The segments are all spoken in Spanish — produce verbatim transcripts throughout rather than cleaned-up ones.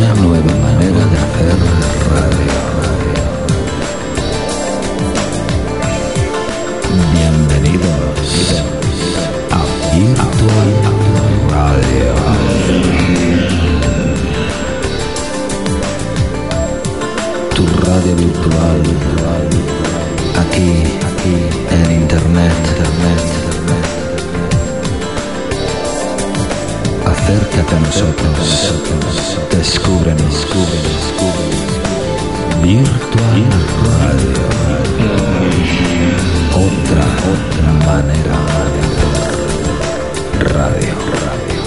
Una nueva manera de hacer radio. Bienvenidos a Virtual Radio. Tu radio virtual, aquí, aquí en internet, internet, internet. Acércate a nosotros, nosotros. Descúbrenos, descubre, descubre. Virtual Radio. Otra, otra manera de hacer radio, radio.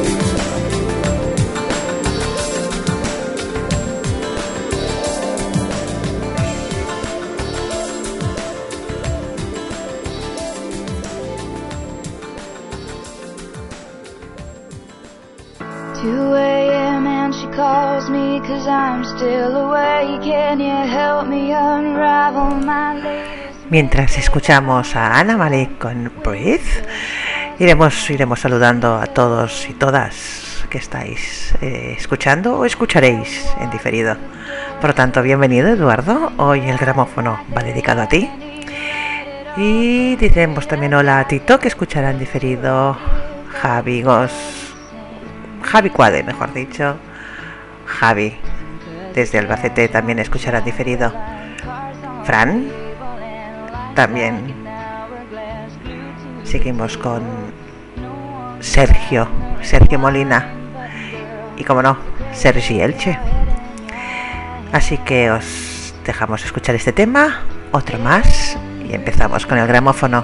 two a.m. and she calls me 'cause I'm still awake. Can you help me unravel my latest... Mientras escuchamos a Ana Malek con Breathe, iremos, iremos saludando a todos y todas que estáis eh, escuchando o escucharéis en diferido. Por lo tanto, bienvenido Eduardo, hoy el gramófono va dedicado a ti. Y diremos también hola a Tito, que escuchará en diferido, Javi Gos, Javi Cuade, mejor dicho, Javi desde Albacete también escuchará en diferido, Fran también. Seguimos con Sergio, Sergio Molina y, como no, Sergi Elche. Así que os dejamos escuchar este tema, otro más, y empezamos con el gramófono.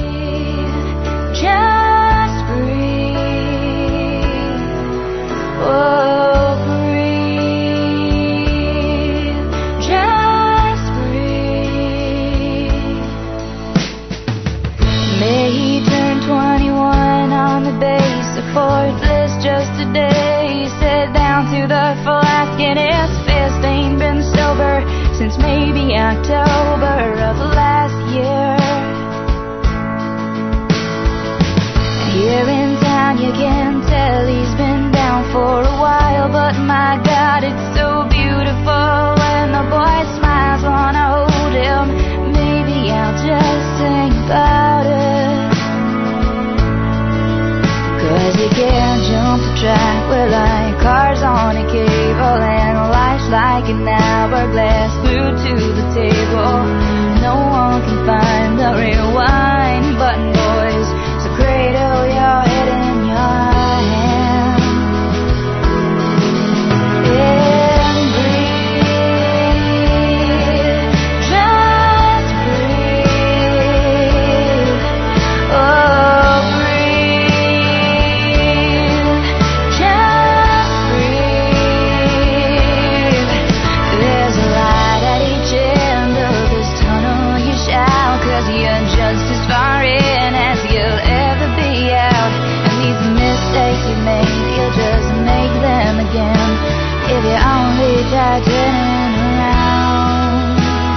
Just breathe. Oh, breathe. Just breathe. May he turn twenty-one on the base of Fort Bliss just today. He sat down to the flask and his fist ain't been sober since maybe October of last year. Here in town you can tell he's been down for a while, but my God, it's so beautiful when the boy smiles. Wanna hold him, maybe I'll just sing about it. 'Cause he can't jump the track, we're like cars on a cable, and life's like an hourglass glued to the table. No one can find the rewind button, boys, so cradle your head in your hand and breathe. Just breathe. Oh, breathe. Just breathe. There's a light at each end of this tunnel you shout, 'cause you're just as far in as you'll ever be out. And these mistakes you made, you'll just make them again if you only try turning around.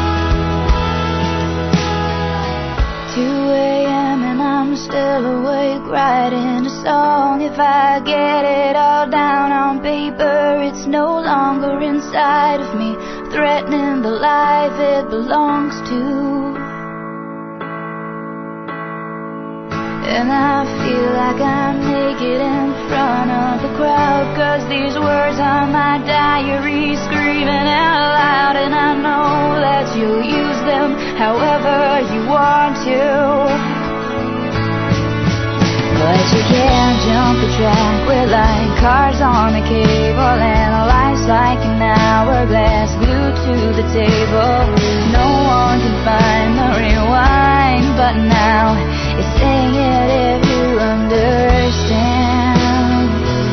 two a.m. and I'm still awake writing a song. If I get it all down on paper, it's no longer inside of me, threatening the life it belongs to. And I feel like I'm naked in front of the crowd, 'cause these words are my diary screaming out loud. And I know that you'll use them however you want to, but you can't jump the track, we're like cars on a cable, and life's like an hourglass glued to the table. No one can find the rewind button now. It's saying it if you understand.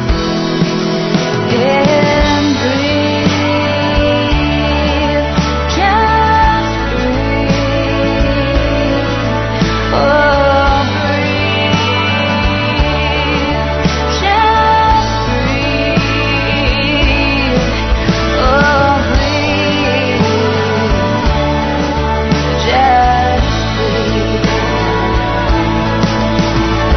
And breathe. Just breathe. Oh, breathe. Just breathe. Oh, breathe. Just breathe.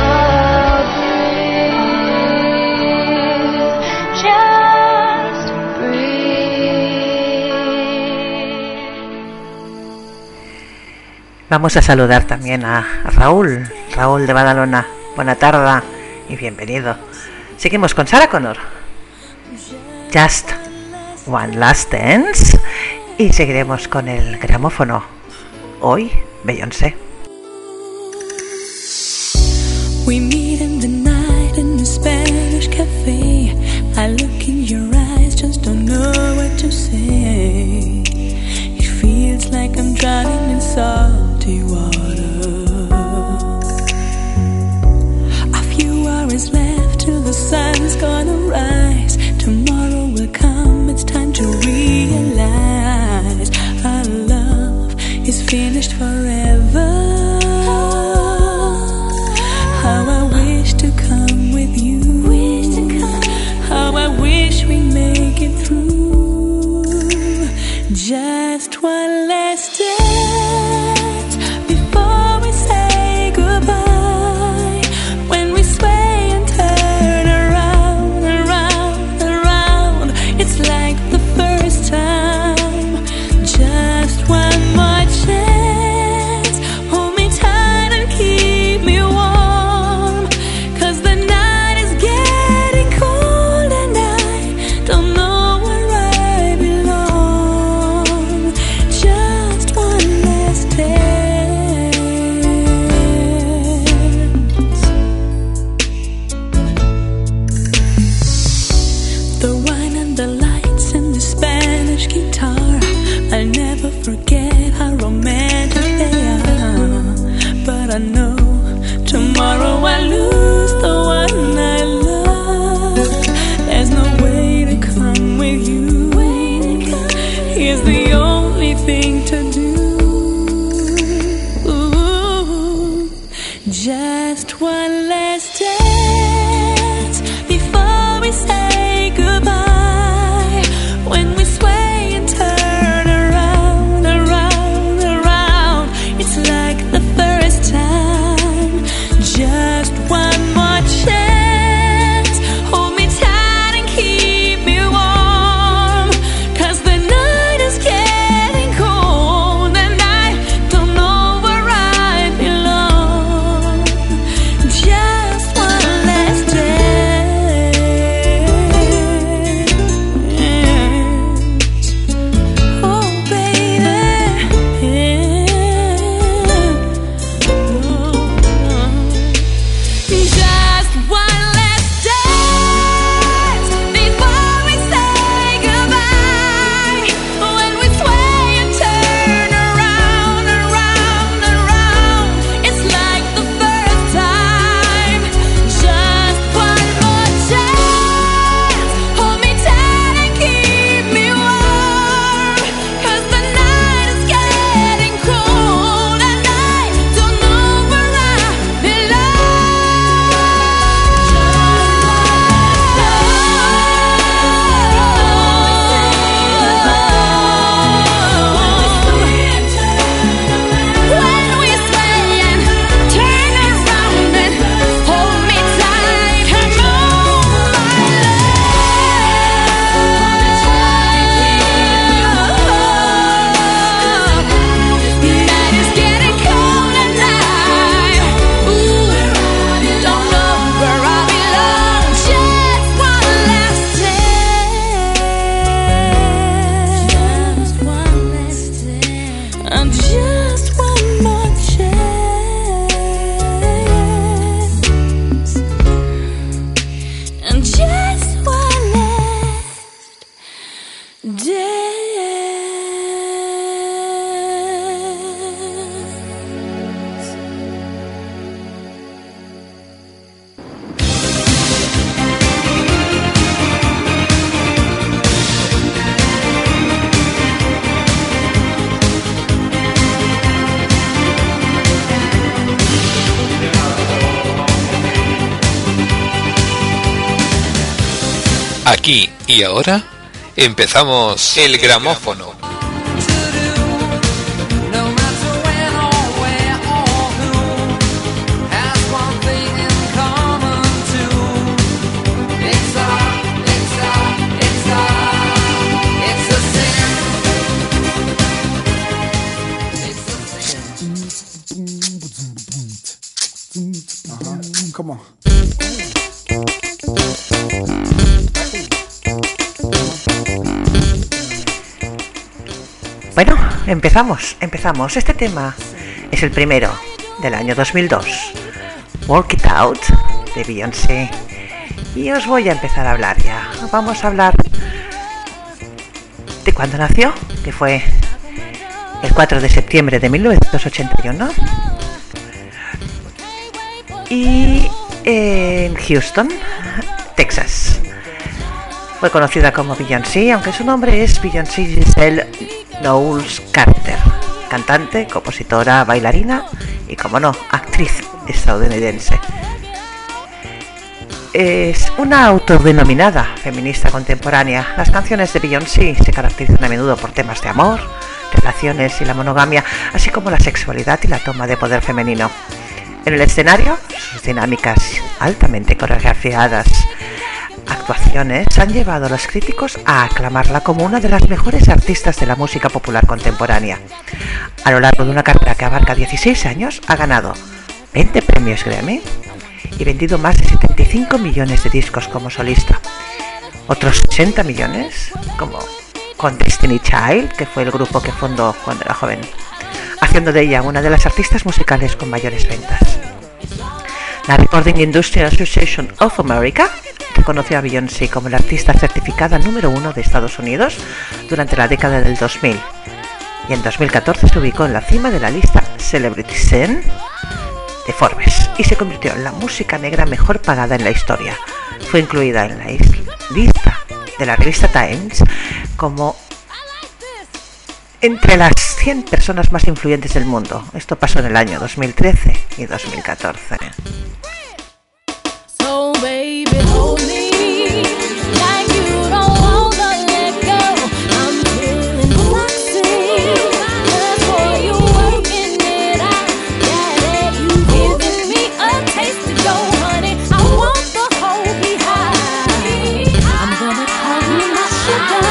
Vamos a saludar también a Raúl, Raúl de Badalona. Buena tarde y bienvenido. Seguimos con Sarah Connor, Just One Last Dance, y seguiremos con el gramófono. Hoy, Beyoncé. We meet in the night in the Spanish cafe. I look in your eyes, just don't know what to say. It feels like I'm drowning in salty water. A few hours left till the sun's gonna rise. Tomorrow will come, it's time to realize our love is finished forever. How I wish to come with you. How I wish we make it through. Just one last dance before we say goodbye. When we sway and turn around, around, around, it's like the first time. Just one more chance. Hold me tight and keep me warm. 'Cause the night is getting cold and I don't know where I belong. Just one last dance. The wine and the lights and the Spanish guitar, I'll never forget how romantic they are. But I know tomorrow I lose the one I love. There's no way to come with you. Here's the only thing to do. Just one last dance before we say goodbye. When we sway and turn around, around, around, it's like the first time. Just one more chance. Hold me tight and keep me warm. 'Cause the night is getting cold and I don't know where I belong. Just one last dance. Oh, baby. Just one last dance before we say goodbye. When we sway and turn around, around, around, it's like the first time. Just one more chance. Hold me tight and keep me warm. 'Cause the night is getting cold and I don't know where I When we sway and turn around and hold me tight, come on, night is getting cold and I, ooh, don't know where I belong. Just one last dance. Just one last dance. And just one more chance. And just one last dance. Aquí y ahora empezamos el gramófono. No matter when or where or who has one thing in common too. It's a, it's a, it's a, it's a sin. It's a sin. empezamos, empezamos. Este tema es el primero del año dos mil dos, Work It Out, de Beyoncé. Y os voy a empezar a hablar ya. Vamos a hablar de cuándo nació, que fue el cuatro de septiembre de mil novecientos ochenta y uno. Y en Houston, Texas. Fue conocida como Beyoncé, aunque su nombre es Beyoncé Giselle Knowles Carter, cantante, compositora, bailarina y, como no, actriz estadounidense. Es una autodenominada feminista contemporánea. Las canciones de Beyoncé se caracterizan a menudo por temas de amor, relaciones y la monogamia, así como la sexualidad y la toma de poder femenino. En el escenario, sus dinámicas altamente coreografiadas actuaciones han llevado a los críticos a aclamarla como una de las mejores artistas de la música popular contemporánea. A lo largo de una carrera que abarca dieciséis años, ha ganado veinte premios Grammy y vendido más de setenta y cinco millones de discos como solista. Otros sesenta millones como con Destiny Child, que fue el grupo que fundó cuando era joven, haciendo de ella una de las artistas musicales con mayores ventas. La Recording Industry Association of America reconoció a Beyoncé como la artista certificada número uno de Estados Unidos durante la década del dos mil, y en dos mil catorce se ubicó en la cima de la lista Celebrity cien de Forbes y se convirtió en la música negra mejor pagada en la historia. Fue incluida en la lista de la revista Times como entre las cien personas más influyentes del mundo. Esto pasó en el año dos mil trece y dos mil catorce. So baby, hold me like you don't wanna let go. I'm feeling foxy, just for you working it out. Yeah, you giving me a taste of your honey. I want the whole behind. I'm gonna call you my sugar.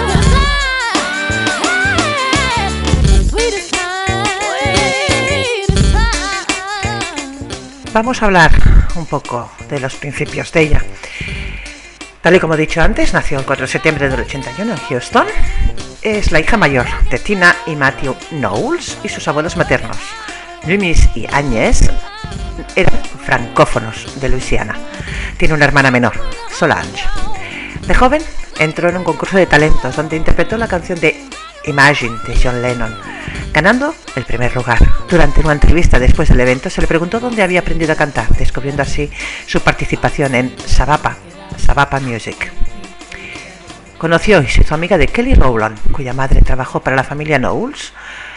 Sweetest time, sweetest time. Vamos a hablar un poco de los principios de ella. Tal y como he dicho antes, nació el cuatro de septiembre del ochenta y uno en Houston. Es la hija mayor de Tina y Matthew Knowles y sus abuelos maternos, Lumis y Agnes, eran francófonos de Luisiana. Tiene una hermana menor, Solange. De joven entró en un concurso de talentos donde interpretó la canción de Imagine de John Lennon, ganando el primer lugar. Durante una entrevista después del evento se le preguntó dónde había aprendido a cantar, descubriendo así su participación en Sabapa, Sabapa Music. Conoció y se hizo amiga de Kelly Rowland, cuya madre trabajó para la familia Knowles,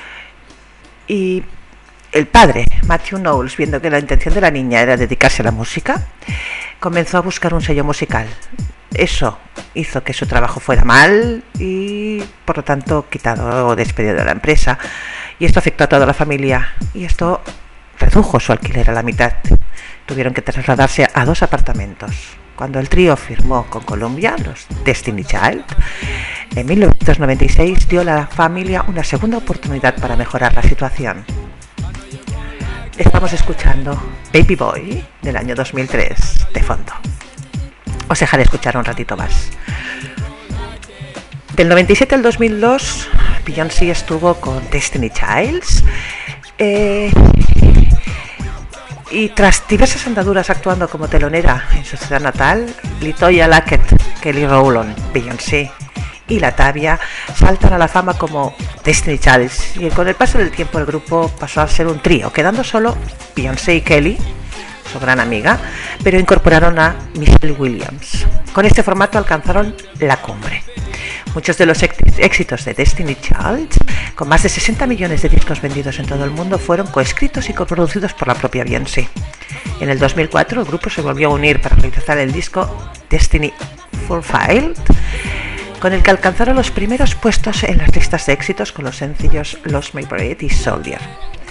y el padre, Matthew Knowles, viendo que la intención de la niña era dedicarse a la música, comenzó a buscar un sello musical. Eso hizo que su trabajo fuera mal y, por lo tanto, quitado o despedido de la empresa. Y esto afectó a toda la familia y esto redujo su alquiler a la mitad. Tuvieron que trasladarse a dos apartamentos. Cuando el trío firmó con Columbia, los Destiny Child, en mil novecientos noventa y seis dio a la familia una segunda oportunidad para mejorar la situación. Estamos escuchando Baby Boy del año dos mil tres de fondo. Os dejaré escuchar un ratito más. Del noventa y siete al dos mil dos, Beyoncé estuvo con Destiny Childs eh, y tras diversas andaduras actuando como telonera en su ciudad natal, LaToya Luckett, Kelly Rowland, Beyoncé y Latavia saltan a la fama como Destiny Childs, y con el paso del tiempo el grupo pasó a ser un trío, quedando solo Beyoncé y Kelly, su gran amiga, pero incorporaron a Michelle Williams. Con este formato alcanzaron la cumbre. Muchos de los éxitos de Destiny Child, con más de sesenta millones de discos vendidos en todo el mundo, fueron coescritos y coproducidos por la propia Beyoncé. En el dos mil cuatro el grupo se volvió a unir para realizar el disco Destiny Fulfilled, con el que alcanzaron los primeros puestos en las listas de éxitos con los sencillos Lost My Breath y Soldier.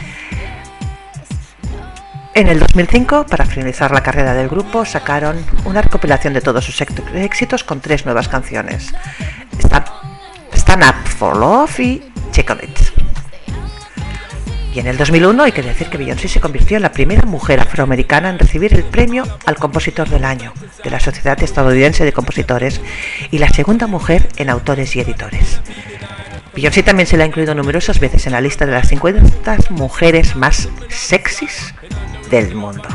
En el dos mil cinco, para finalizar la carrera del grupo, sacaron una recopilación de todos sus éxitos con tres nuevas canciones: Stand Up for Love y Check on It. Y en el dos mil uno hay que decir que Beyoncé se convirtió en la primera mujer afroamericana en recibir el premio al compositor del año de la Sociedad Estadounidense de Compositores y la segunda mujer en autores y editores. Beyoncé también se la ha incluido numerosas veces en la lista de las cincuenta mujeres más sexys del mundo.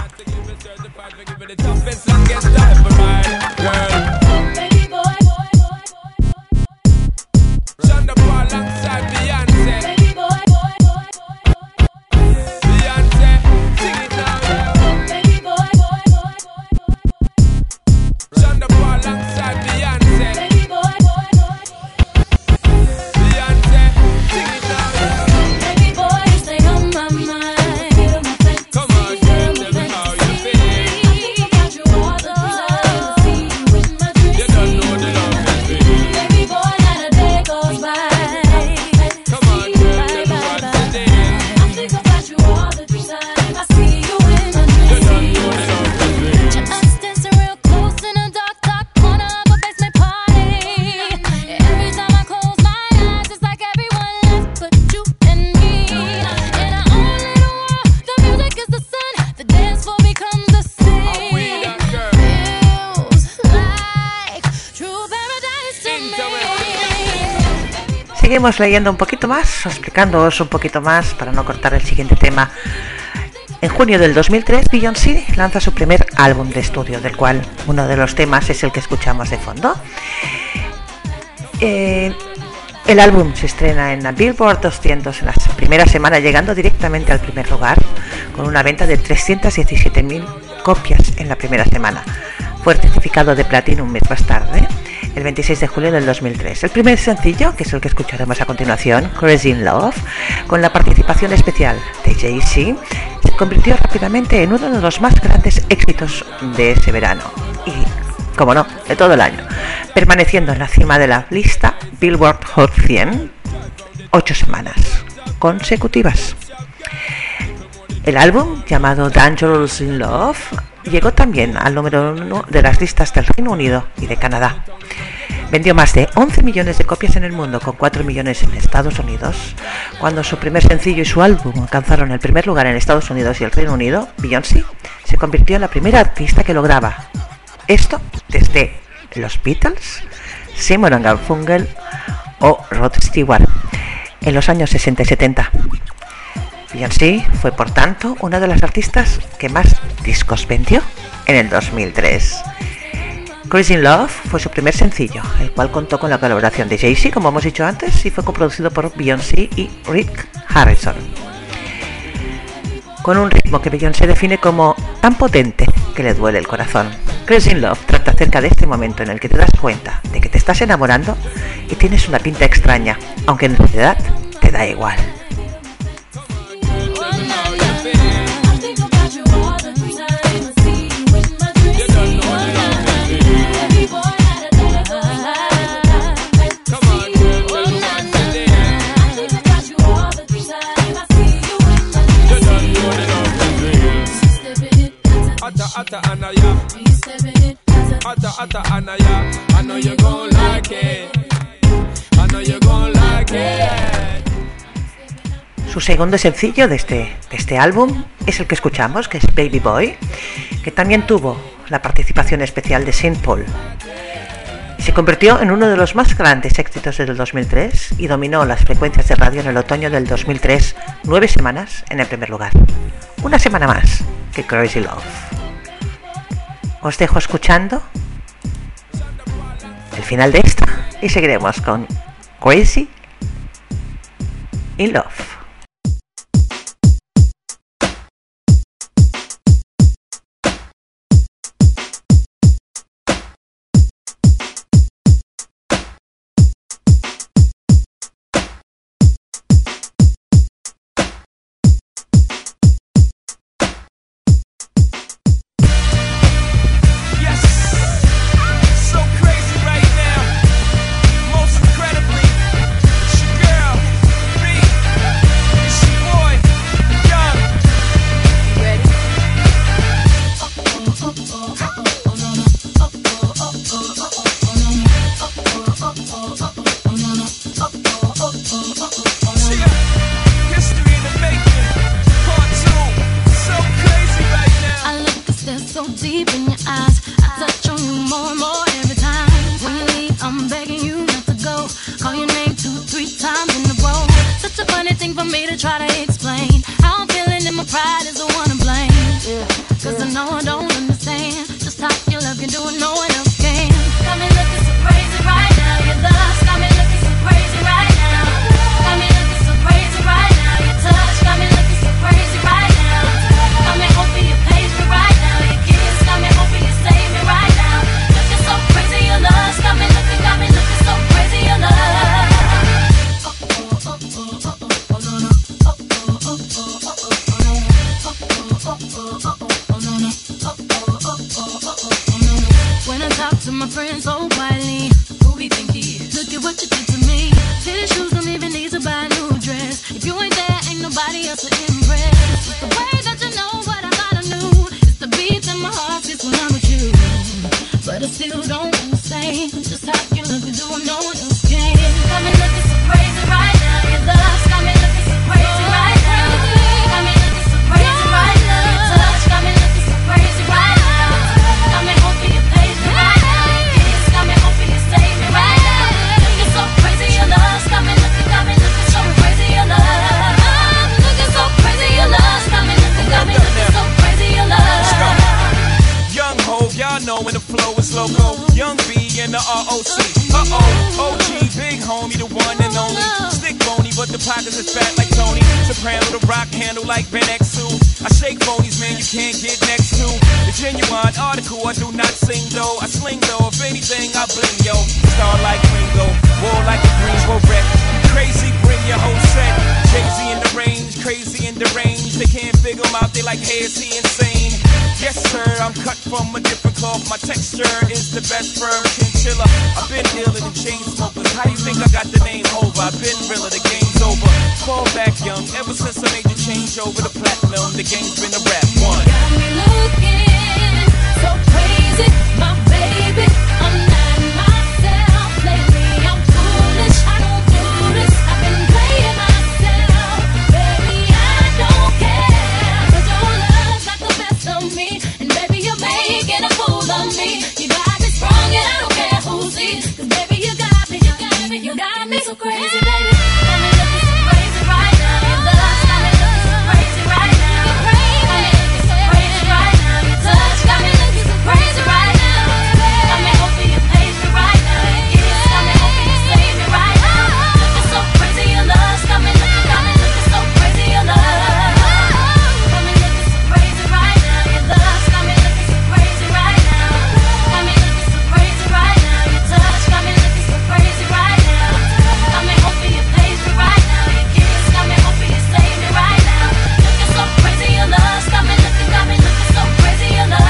Seguimos leyendo un poquito más, explicándoos un poquito más para no cortar el siguiente tema. En junio del dos mil tres, Beyoncé lanza su primer álbum de estudio, del cual uno de los temas es el que escuchamos de fondo. Eh, el álbum se estrena en la Billboard doscientos en la primera semana, llegando directamente al primer lugar, con una venta de trescientas diecisiete mil copias en la primera semana. Fue certificado de platino un mes más tarde, el veintiséis de julio del dos mil tres. El primer sencillo, que es el que escucharemos a continuación, Crazy in Love, con la participación especial de Jay-Z, se convirtió rápidamente en uno de los más grandes éxitos de ese verano y, como no, de todo el año, permaneciendo en la cima de la lista Billboard Hot cien ocho semanas consecutivas. El álbum, llamado Dangerous in Love, llegó también al número uno de las listas del Reino Unido y de Canadá. Vendió más de once millones de copias en el mundo, con cuatro millones en Estados Unidos. Cuando su primer sencillo y su álbum alcanzaron el primer lugar en Estados Unidos y el Reino Unido, Beyoncé se convirtió en la primera artista que lograba esto desde los Beatles, Simon and Garfunkel o Rod Stewart en los años sesenta y setenta. Beyoncé fue, por tanto, una de las artistas que más discos vendió en el dos mil tres. Crazy in Love fue su primer sencillo, el cual contó con la colaboración de Jay-Z, como hemos dicho antes, y fue coproducido por Beyoncé y Rick Harrison. Con un ritmo que Beyoncé define como tan potente que le duele el corazón. Crazy in Love trata acerca de este momento en el que te das cuenta de que te estás enamorando y tienes una pinta extraña, aunque en realidad te da igual. Atta Anaya, Atta Atta Anaya, I know you're gon' like it, I know you're gon' like it. Su segundo sencillo de este, de este álbum es el que escuchamos, que es Baby Boy, que también tuvo la participación especial de Saint Paul. Se convirtió en uno de los más grandes éxitos del dos mil tres y dominó las frecuencias de radio en el otoño del dos mil tres, nueve semanas en el primer lugar. Una semana más que Crazy Love. Os dejo escuchando el final de esta y seguiremos con Crazy in Love. Most incredibly, it's your girl, me. Loco, Young B, and the R O C. Uh-oh, O G, big homie, the one and only. Stick bony, but the pockets is fat like Tony. Soprano, the rock handle like Ben X two. I shake phonies, man, you can't get next to. The genuine article, I do not sing though. I sling though, if anything, I bling yo. Star like Ringo, war like a Greensboro wreck. Crazy, bring your whole set. Jay-Z in the range, crazy in the range. They can't figure him out, they like, hey, is he insane? Yes, sir, I'm cut from a different cloth. My texture is the best firm chinchilla. I've been iller than chain smokers. How you think I got the name over? I've been realer, the game's over. Fall back young, ever since I made the change over the platinum, the game's been a rap one. Got me looking so crazy, my baby. I'm not myself lately. I'm foolish. I don't do this. I've been playing myself, baby. I don't care. 'Cause your love's got the best of me, and baby, you're making a fool of me. You got me strong, and I don't care who sees. 'Cause baby, you got me, you got me, you got me so crazy, baby. Got me looking so crazy right now. Your love's got me looking so crazy right now. You're crazy. Got me looking so crazy right now. Your touch got me looking so crazy right now. Got me hoping you praise me right now. Your kiss got me hoping you save me right now. Looking so crazy, your love's got me looking, got me looking so crazy, your love. Got me looking so crazy right now. Your love's got me looking so crazy right now. Got me looking so crazy right now. Your touch got me looking so crazy right now. Got me hoping you praise me right now. Your kiss got me hoping you save me right now. Looking so crazy, your love's got me looking, got me looking so crazy, your love.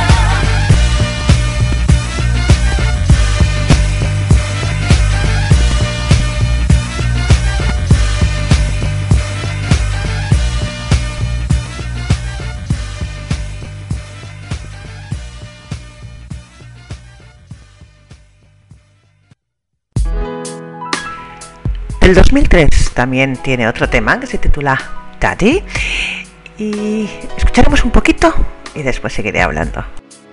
El dos mil tres también tiene otro tema que se titula Daddy, y escucharemos un poquito y después seguiré hablando.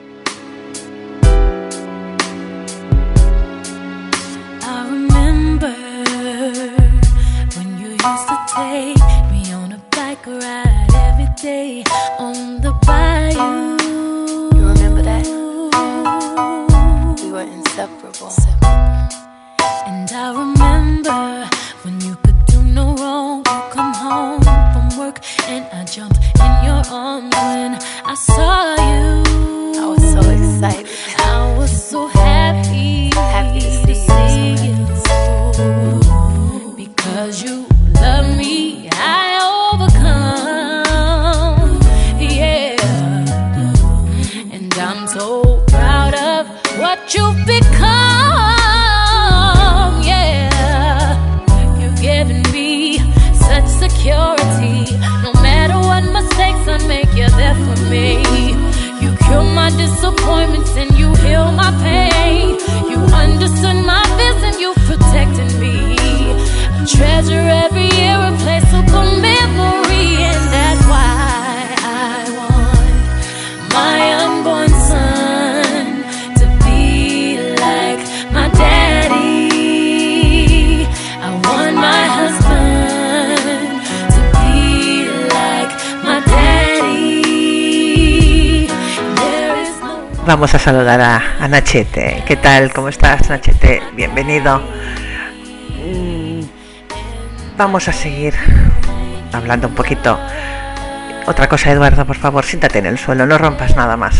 I remember when you used to take me on a bike ride every day on the bayou. You remember that? We were inseparable. And I remember when you could do no wrong. You come home from work and I jumped in your arms when I saw you. I was so excited. I was so happy, Happy to see you. you. Because you love me, I overcome. Yeah. And I'm so proud of what you've become. Yeah. You've given me such security. No matter what mistakes I make, you're there for me. You cure my disappointments and you heal my pain. You understood my fears and you protected me. I treasure every year a place of good memory, and that's why I want my unborn son to be like my daddy. I want my husband to be like my daddy. There is no Vamos a saludar a, a Nachete. ¿Qué tal? ¿Cómo estás, Nachete? Bienvenido. Mm, Vamos a seguir hablando un poquito. Otra cosa, Eduardo, por favor, siéntate en el suelo, no rompas nada más.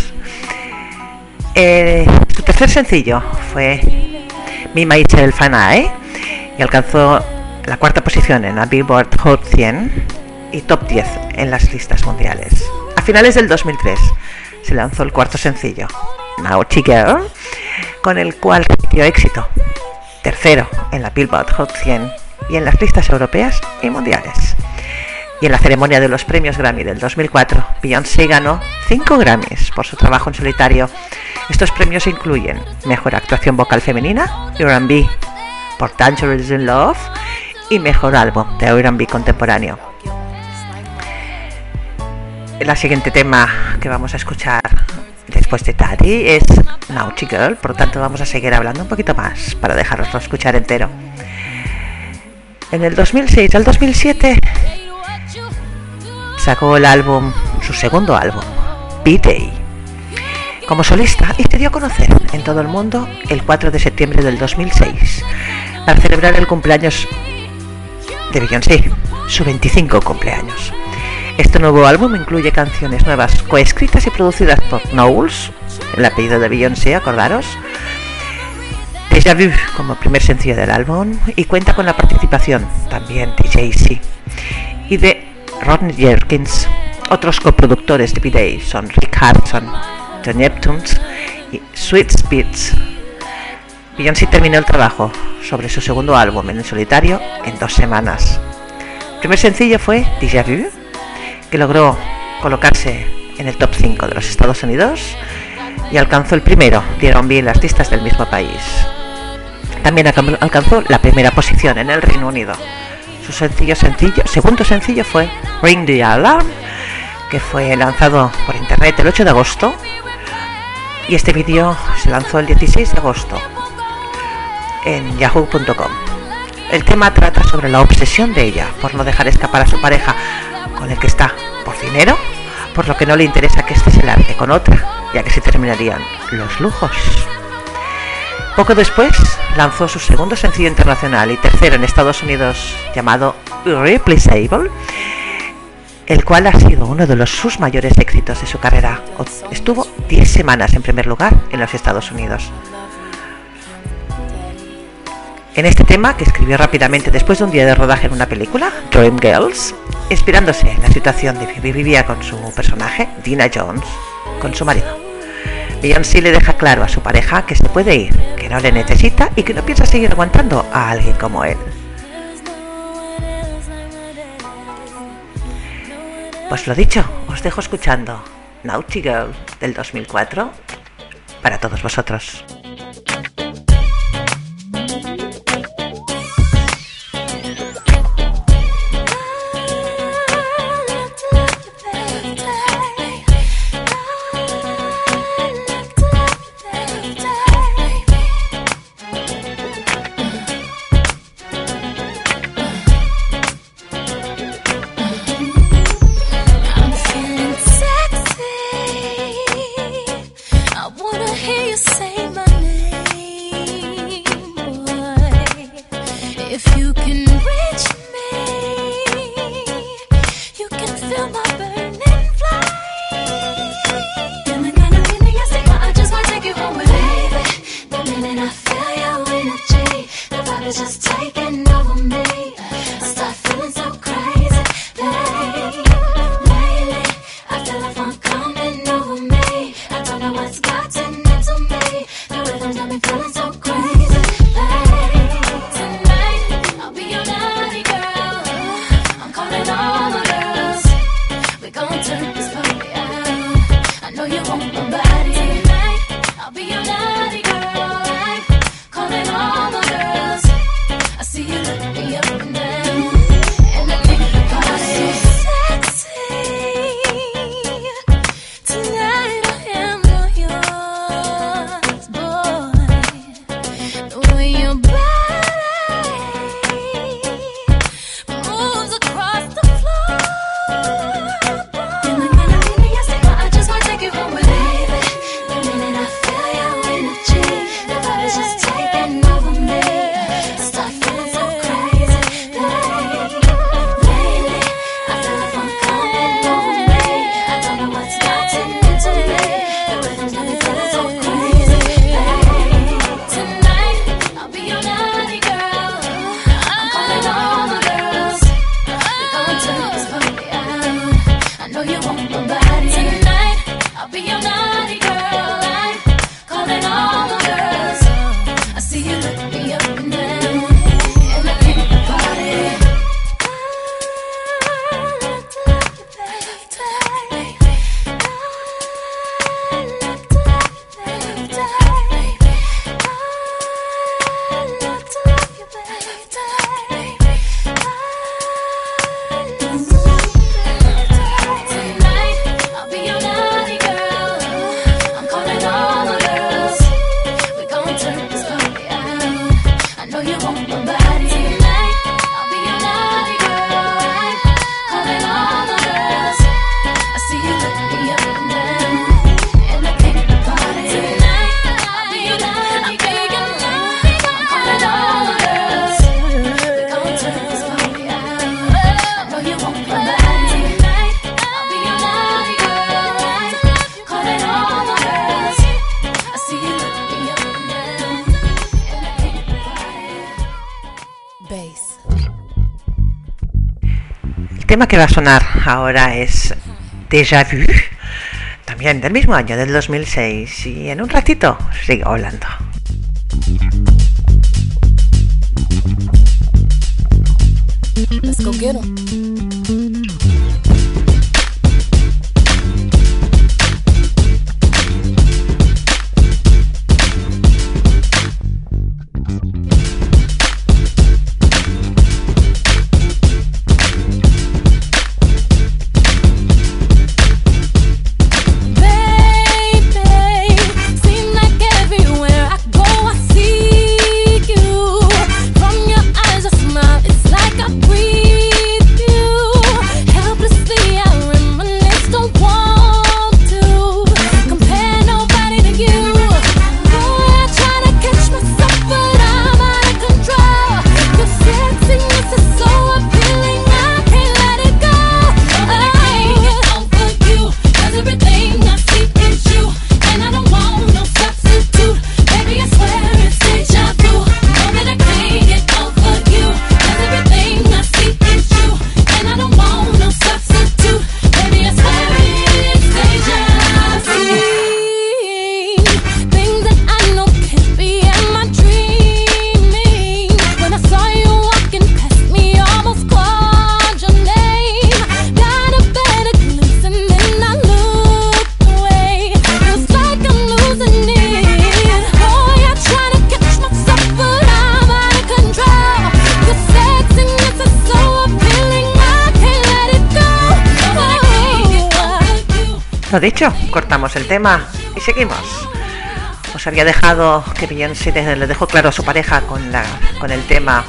Eh, tu tercer sencillo fue Mi Maichel Fanae y alcanzó la cuarta posición en la Billboard Hot cien y top diez en las listas mundiales. A finales del dos mil tres se lanzó el cuarto sencillo, Naughty Girl, con el cual repitió éxito, tercero en la Billboard Hot cien y en las listas europeas y mundiales. Y en la ceremonia de los premios Grammy del dos mil cuatro, Beyoncé ganó cinco Grammys por su trabajo en solitario. Estos premios incluyen Mejor Actuación Vocal Femenina, R and B por Dangerous in Love, y Mejor Álbum de R and B Contemporáneo. El siguiente tema que vamos a escuchar después de Daddy es Naughty Girl, por lo tanto vamos a seguir hablando un poquito más para dejaroslo escuchar entero. En el dos mil seis al dos mil siete sacó el álbum, su segundo álbum, B-Day, como solista y se dio a conocer en todo el mundo el cuatro de septiembre del dos mil seis para celebrar el cumpleaños de Beyoncé, su veinticinco cumpleaños. Este nuevo álbum incluye canciones nuevas coescritas y producidas por Knowles, el apellido de Beyoncé, acordaros, Déjà Vu como primer sencillo del álbum, y cuenta con la participación también de Jay-Z y de Rodney Jerkins. Otros coproductores de B-Day son Rick Hudson, The Neptunes y Sweet Spirits. Beyoncé terminó el trabajo sobre su segundo álbum en el solitario en dos semanas. El primer sencillo fue Déjà Vu, que logró colocarse en el top cinco de los Estados Unidos y alcanzó el primero de R and B en las listas del mismo país. También alcanzó la primera posición en el Reino Unido. Su sencillo, sencillo, segundo sencillo fue Ring the Alarm, que fue lanzado por internet el ocho de agosto, y este vídeo se lanzó el dieciséis de agosto en yahoo punto com. El tema trata sobre la obsesión de ella por no dejar escapar a su pareja, con el que está por dinero, por lo que no le interesa que éste se largue con otra, ya que se terminarían los lujos. Poco después lanzó su segundo sencillo internacional y tercero en Estados Unidos, llamado Irreplaceable, el cual ha sido uno de los sus mayores éxitos de su carrera. Estuvo diez semanas en primer lugar en los Estados Unidos. En este tema, que escribió rápidamente después de un día de rodaje en una película, Dreamgirls, inspirándose en la situación de que vivía con su personaje, Dina Jones, con su marido. Beyoncé le deja claro a su pareja que se puede ir, que no le necesita y que no piensa seguir aguantando a alguien como él. Pues lo dicho, os dejo escuchando Naughty Girl del dos mil cuatro para todos vosotros. I'm feeling sexy. I wanna hear you say my El tema que va a sonar ahora es Déjà Vu, también del mismo año, del dos mil seis, y en un ratito sigo hablando. Let's go get 'em. Lo dicho, cortamos el tema y seguimos. Os había dejado que Beyoncé le dejó claro a su pareja con, la, con el tema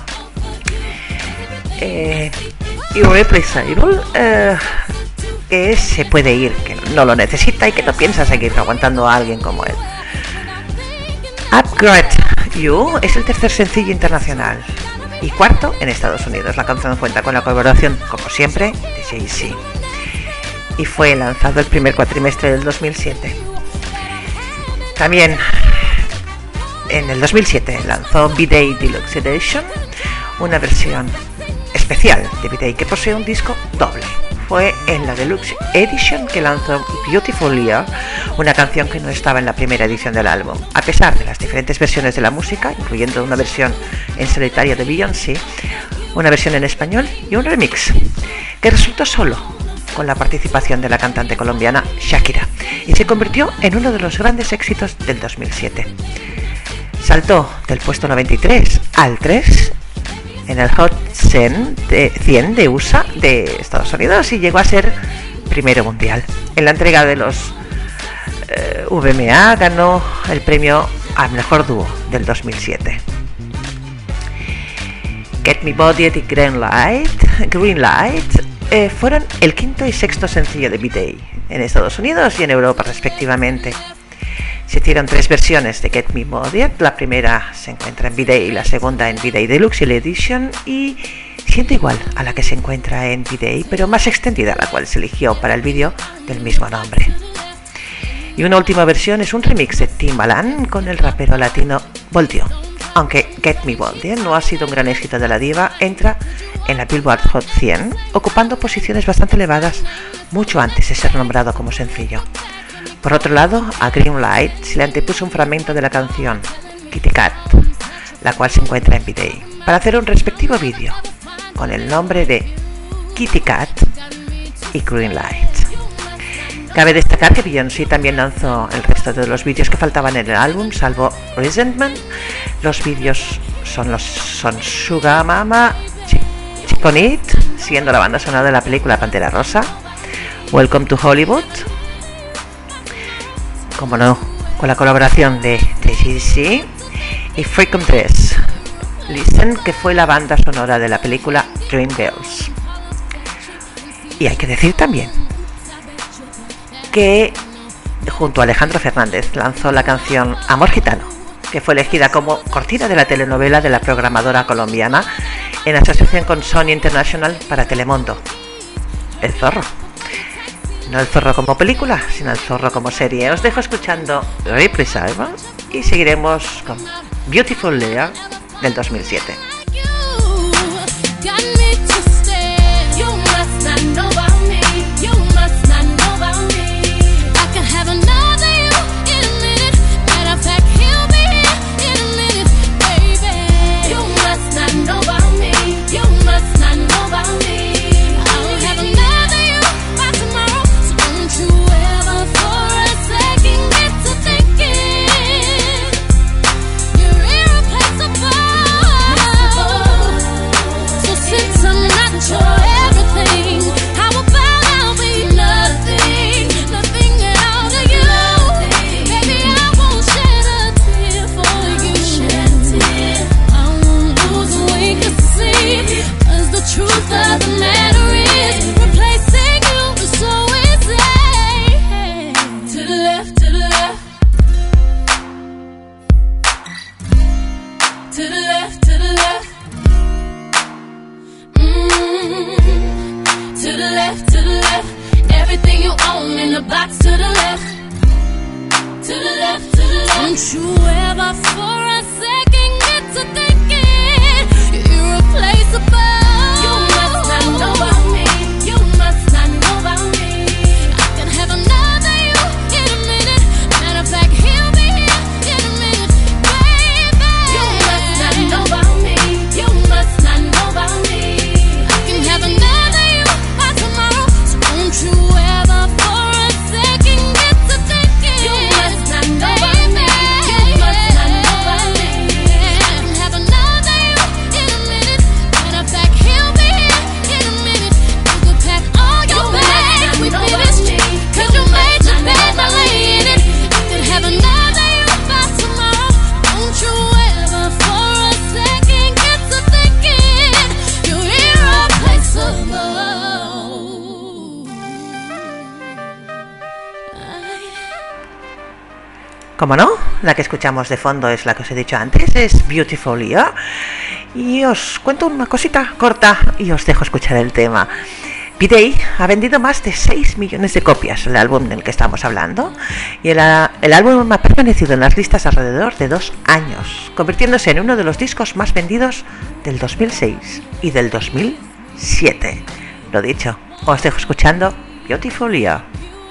eh, Irreplaceable, eh, que se puede ir, que no lo necesita y que no piensa seguir aguantando a alguien como él. Upgrade You es el tercer sencillo internacional y cuarto en Estados Unidos. La canción cuenta con la colaboración, como siempre, de Jay-Z y fue lanzado el primer cuatrimestre del dos mil siete. También en el dos mil siete lanzó B-Day Deluxe Edition, una versión especial de B-Day que posee un disco doble. Fue en la Deluxe Edition que lanzó Beautiful Year, una canción que no estaba en la primera edición del álbum. A pesar de las diferentes versiones de la música, incluyendo una versión en solitario de Beyoncé, una versión en español y un remix, que resultó solo con la participación de la cantante colombiana Shakira y se convirtió en uno de los grandes éxitos del dos mil siete. Saltó del puesto noventa y tres al tres en el Hot cien de U S A de Estados Unidos y llegó a ser primero mundial. En la entrega de los eh, V M A ganó el premio al mejor dúo del dos mil siete. Get Me Bodied y Green Light, Green Light eh, fueron el quinto y sexto sencillo de B-Day en Estados Unidos y en Europa respectivamente. Se hicieron tres versiones de Get Me Bodied. La primera se encuentra en B-Day y la segunda en B-Day Deluxe Edition, y siendo igual a la que se encuentra en B-Day, pero más extendida, la cual se eligió para el vídeo del mismo nombre. Y una última versión es un remix de Timbaland con el rapero latino Voltio. Aunque Get Me Bodied no ha sido un gran éxito de la diva, entra en la Billboard Hot cien, ocupando posiciones bastante elevadas mucho antes de ser nombrado como sencillo. Por otro lado, a Green Light se le antepuso un fragmento de la canción Kitty Cat, la cual se encuentra en B-Day, para hacer un respectivo vídeo con el nombre de Kitty Cat y Green Light. Cabe destacar que Beyoncé también lanzó el resto de los vídeos que faltaban en el álbum, salvo Resentment. Los vídeos son los son Sugar Mama, Chicken It, siendo la banda sonora de la película Pantera Rosa, Welcome to Hollywood, como no, con la colaboración de, de Jay-Z, y Freakum tres, Listen, que fue la banda sonora de la película Dreamgirls. Y hay que decir también que junto a Alejandro Fernández lanzó la canción Amor Gitano, que fue elegida como cortina de la telenovela de la programadora colombiana en asociación con Sony International para Telemundo, El Zorro. No El Zorro como película, sino El Zorro como serie. Os dejo escuchando Replaceable y seguiremos con Beautiful Year del dos mil siete. You the left, to the left. Everything you own in the box to the left. To the left, to the left. Don't you ever for a second get to thinking you're irreplaceable. You must not know about me. You must not know about me. I can have another you in a minute. Matter of fact, he'll be here in a minute, baby. You must not know about me. You must not know about me. I can have another you by tomorrow. So don't you ever for a second get to thinking you must not know about me. You must not know about me. I can have another you in a minute. Matter of fact, he'll be here in a minute. You could pack all your bags with me this cheap. Cause you made your bed, now lay in it. I could have another you by tomorrow. Don't you ever for a second get to thinking you're irreplaceable. Como no, la que escuchamos de fondo es la que os he dicho antes, es Beautiful Year. Y os cuento una cosita corta y os dejo escuchar el tema. P-Day ha vendido más de seis millones de copias, el álbum del que estamos hablando, y el, el álbum ha permanecido en las listas alrededor de dos años, convirtiéndose en uno de los discos más vendidos del dos mil seis y del dos mil siete. Lo dicho, os dejo escuchando Beautiful Year.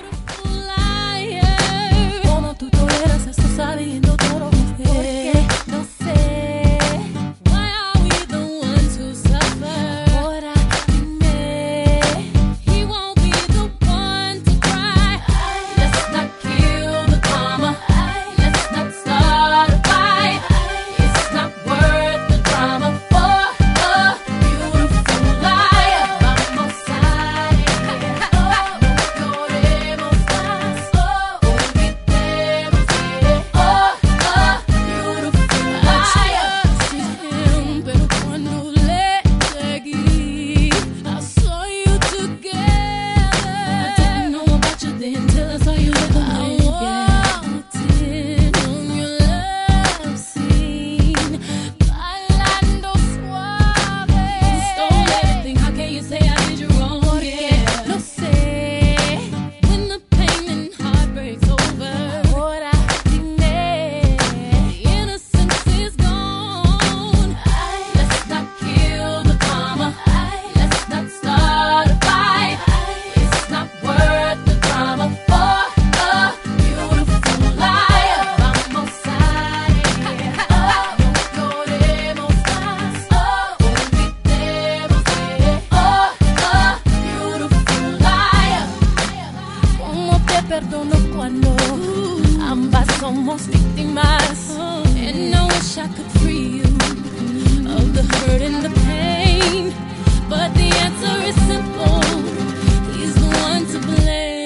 Como tú toleras esto sabiendo todo porque no sé. Why are we the ones who suffer? Ahora dime, he won't be the one to cry. Let's not kill the karma. Let's not start a fight. It's not worth the drama for a beautiful liar. Vamos a no lloremos más. Oh, olvidemos de oh, a beautiful liar. Pero cuando le seguí, I saw you together. I didn't know about you then till I saw you with a man. I walked in on your love scene, bailando suave. You stole everything. How can you say I did you wrong? Yeah, no sé. When the pain and heartbreak's over, ahora dime, innocence is gone. Let's not kill the karma. Let's not start a fight. It's not worth the drama for a beautiful liar. Vamos a no lloremos más. Oh, olvidemos de oh, a beautiful liar. ¿Cómo te perdono cuando ambas somos víctimas? And I wish I could free you of the hurt and the pain, but the answer is simple. He's the one to blame.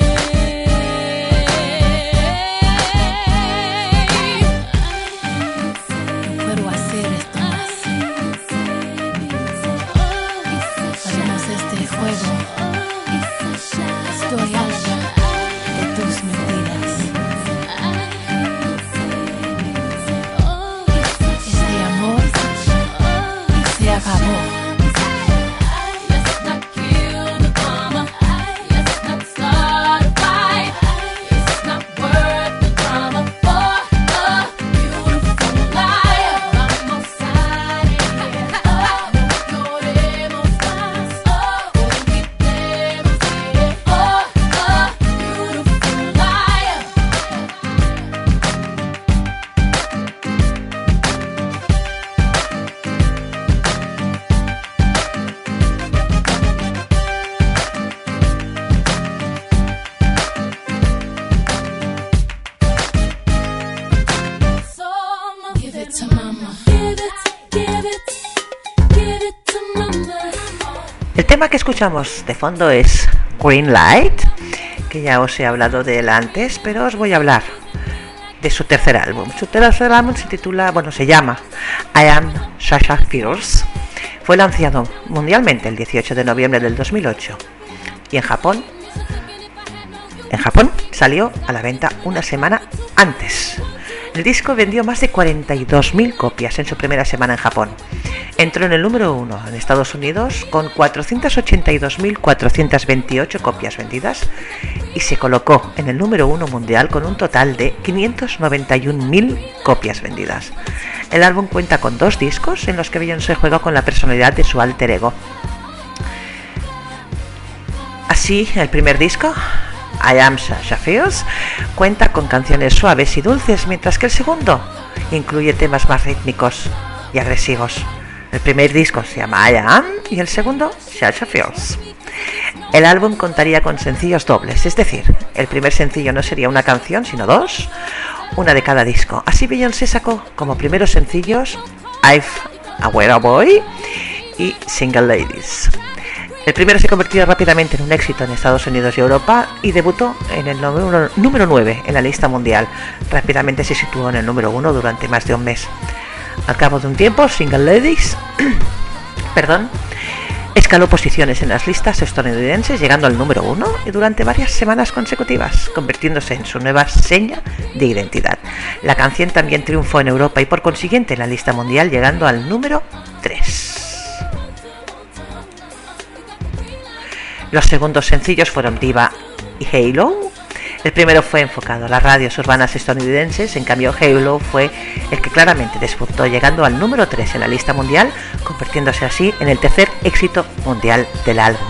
Pero hacer esto más. Hagamos este juego. Estoy harta de tus mentiras. Este amor se acabó. Let's not kill the karma. Let's not start a fight. It's not worth the drama for a beautiful liar. Vamos a no lloremos más. Oh, olvidemos de oh, a beautiful liar. So give it to mama. Give it, give it, give it to mama. El tema que escuchamos de fondo es Green Light, que ya os he hablado de él antes, pero os voy a hablar de su tercer álbum. Su tercer álbum se titula, bueno, se llama I Am Sasha Fierce. Fue lanzado mundialmente el dieciocho de noviembre del dos mil ocho y en Japón, en Japón salió a la venta una semana antes. El disco vendió más de cuarenta y dos mil copias en su primera semana en Japón. Entró en el número uno en Estados Unidos con cuatrocientas ochenta y dos mil cuatrocientas veintiocho copias vendidas y se colocó en el número uno mundial con un total de quinientas noventa y una mil copias vendidas. El álbum cuenta con dos discos en los que Beyoncé juega con la personalidad de su alter ego. Así, el primer disco, I Am Sasha Fierce, cuenta con canciones suaves y dulces, mientras que el segundo incluye temas más rítmicos y agresivos. El primer disco se llama I Am y el segundo Sasha Fierce. El álbum contaría con sencillos dobles, es decir, el primer sencillo no sería una canción, sino dos, una de cada disco. Así Beyoncé sacó como primeros sencillos I've a Weather Boy y Single Ladies. El primero se convirtió rápidamente en un éxito en Estados Unidos y Europa y debutó en el número, número nueve en la lista mundial. Rápidamente se situó en el número uno durante más de un mes. Al cabo de un tiempo, Single Ladies perdón, escaló posiciones en las listas estadounidenses, llegando al número uno y durante varias semanas consecutivas, convirtiéndose en su nueva seña de identidad. La canción también triunfó en Europa y por consiguiente en la lista mundial, llegando al número tres. Los segundos sencillos fueron Diva y Halo. El primero fue enfocado a las radios urbanas estadounidenses, en cambio Halo fue el que claramente despuntó, llegando al número tres en la lista mundial, convirtiéndose así en el tercer éxito mundial del álbum.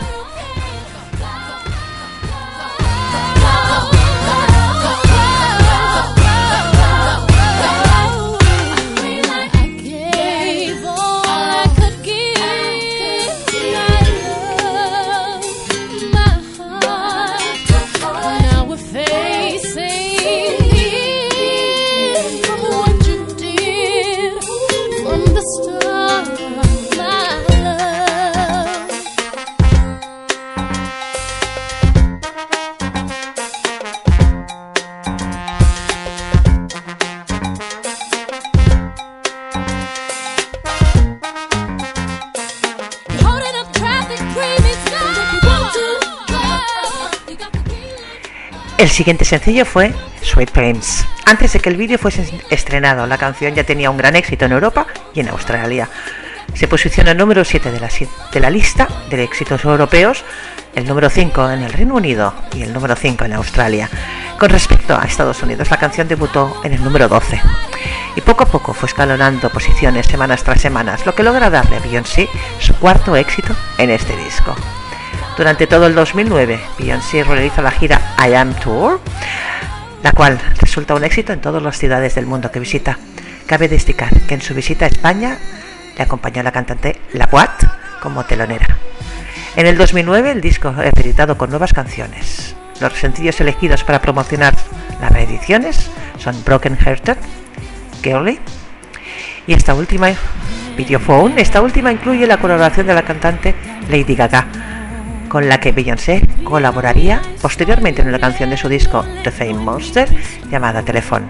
El siguiente sencillo fue Sweet Dreams. Antes de que el vídeo fuese estrenado, la canción ya tenía un gran éxito en Europa y en Australia. Se posiciona en el número siete de la, de la lista de éxitos europeos, el número cinco en el Reino Unido y el número cinco en Australia. Con respecto a Estados Unidos, la canción debutó en el número doce y poco a poco fue escalonando posiciones semanas tras semanas, lo que logra darle a Beyoncé su cuarto éxito en este disco. Durante todo el dos mil nueve, Beyoncé realiza la gira I Am Tour, la cual resulta un éxito en todas las ciudades del mundo que visita. Cabe destacar que en su visita a España le acompañó la cantante La Boat como telonera. En el dos mil nueve el disco es reeditado con nuevas canciones. Los sencillos elegidos para promocionar las reediciones son Broken Hearted, Girly y esta última, Videophone. Esta última incluye la colaboración de la cantante Lady Gaga, con la que Beyoncé colaboraría posteriormente en una canción de su disco The Fame Monster llamada Telephone.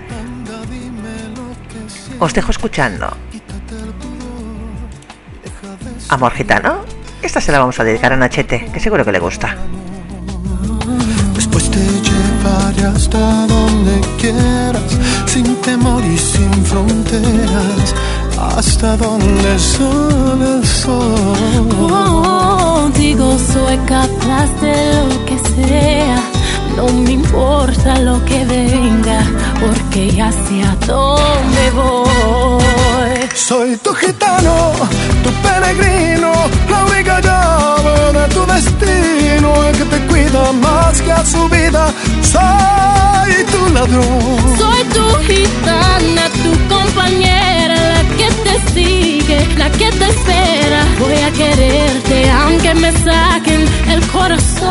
Os dejo escuchando Amor Gitano. Esta se la vamos a dedicar a Nachete, que seguro que le gusta. Después te llevaré hasta donde quieras, sin temor y sin fronteras, hasta donde sale el sol. Contigo soy capaz de lo que sea, no me importa lo que venga, porque ya sé a dónde voy. Soy tu gitano, tu peregrino, la única llave de tu destino, el que te cuida más que a su vida. Soy tu ladrón. Soy tu gitana, tu compañera, la que te sigue, la que te espera. Voy a quererte aunque me saquen el corazón.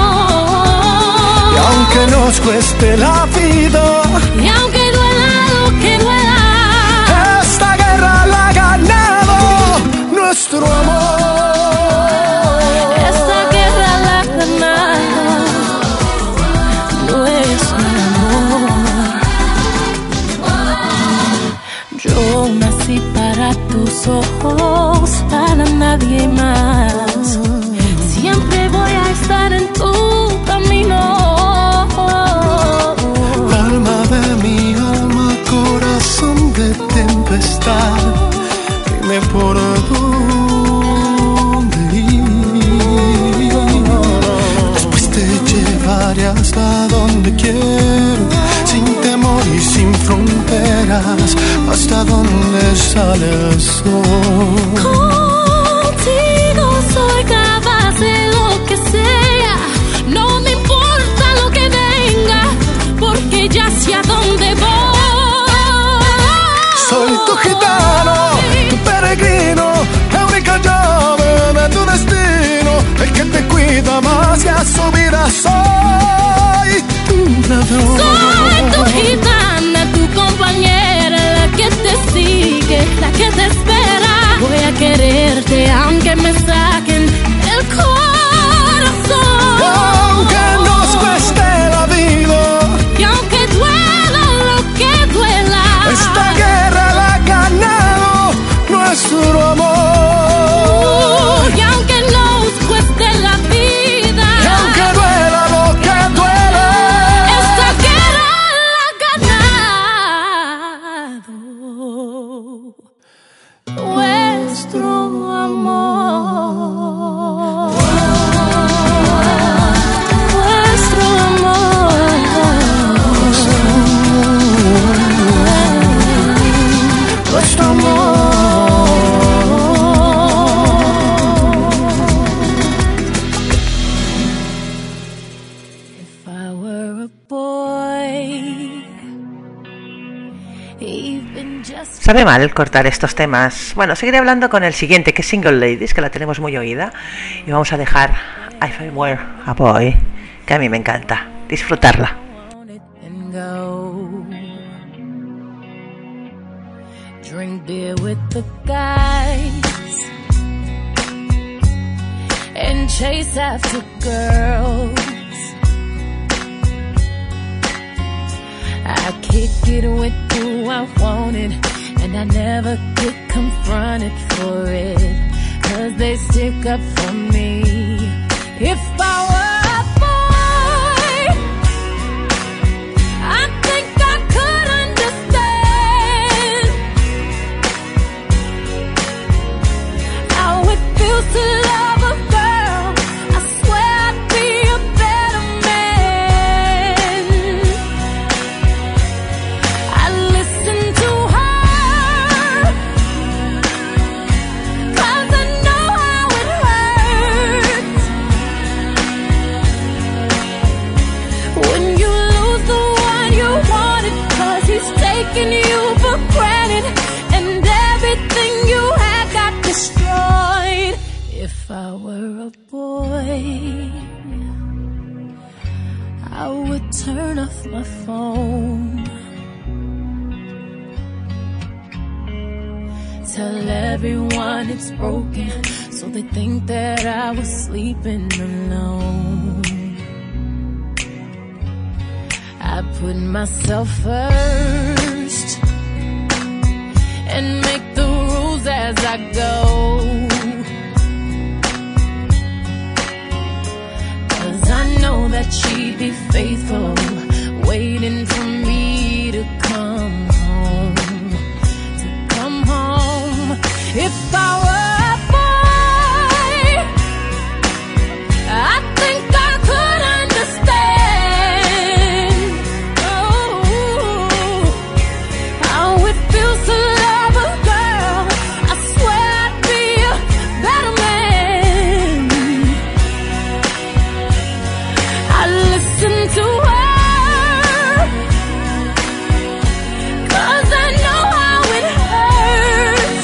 Y aunque nos cueste la vida, y aunque duela lo que duela, esta guerra la ha ganado nuestro amor. Esta guerra la ha ganado nuestro amor. Yo nací para tus ojos, para nadie más. Siempre voy a estar en tu camino. Alma de mi alma, corazón de tempestad, dime por sabe mal cortar estos temas. Bueno, seguiré hablando con el siguiente, que es Single Ladies, que la tenemos muy oída. Y vamos a dejar If I Were a Boy, que a mí me encanta. Disfrutarla. And go drink beer with the guys and chase after girls. I kick it with who I wanted, and I never get confronted for it, 'cause they stick up for me. If I were a boy, I think I could understand how it feels to love a girl. I swear I'd be a better man. I listen to her, 'cause I know how it hurts when you lose the one you wanted, 'cause he's taking you for granted, and everything you had got destroyed. If I were a boy, I would turn off my phone, tell everyone it's broken, so they think that I was sleeping alone. I put myself first and make the rules as I go, 'cause I know that she'd be faithful, waiting for me to come home, to come home. If I were a boy, I think I could understand, oh, how it feels to love a girl. I swear I'd be a better man. I listen to her, 'cause I know how it hurts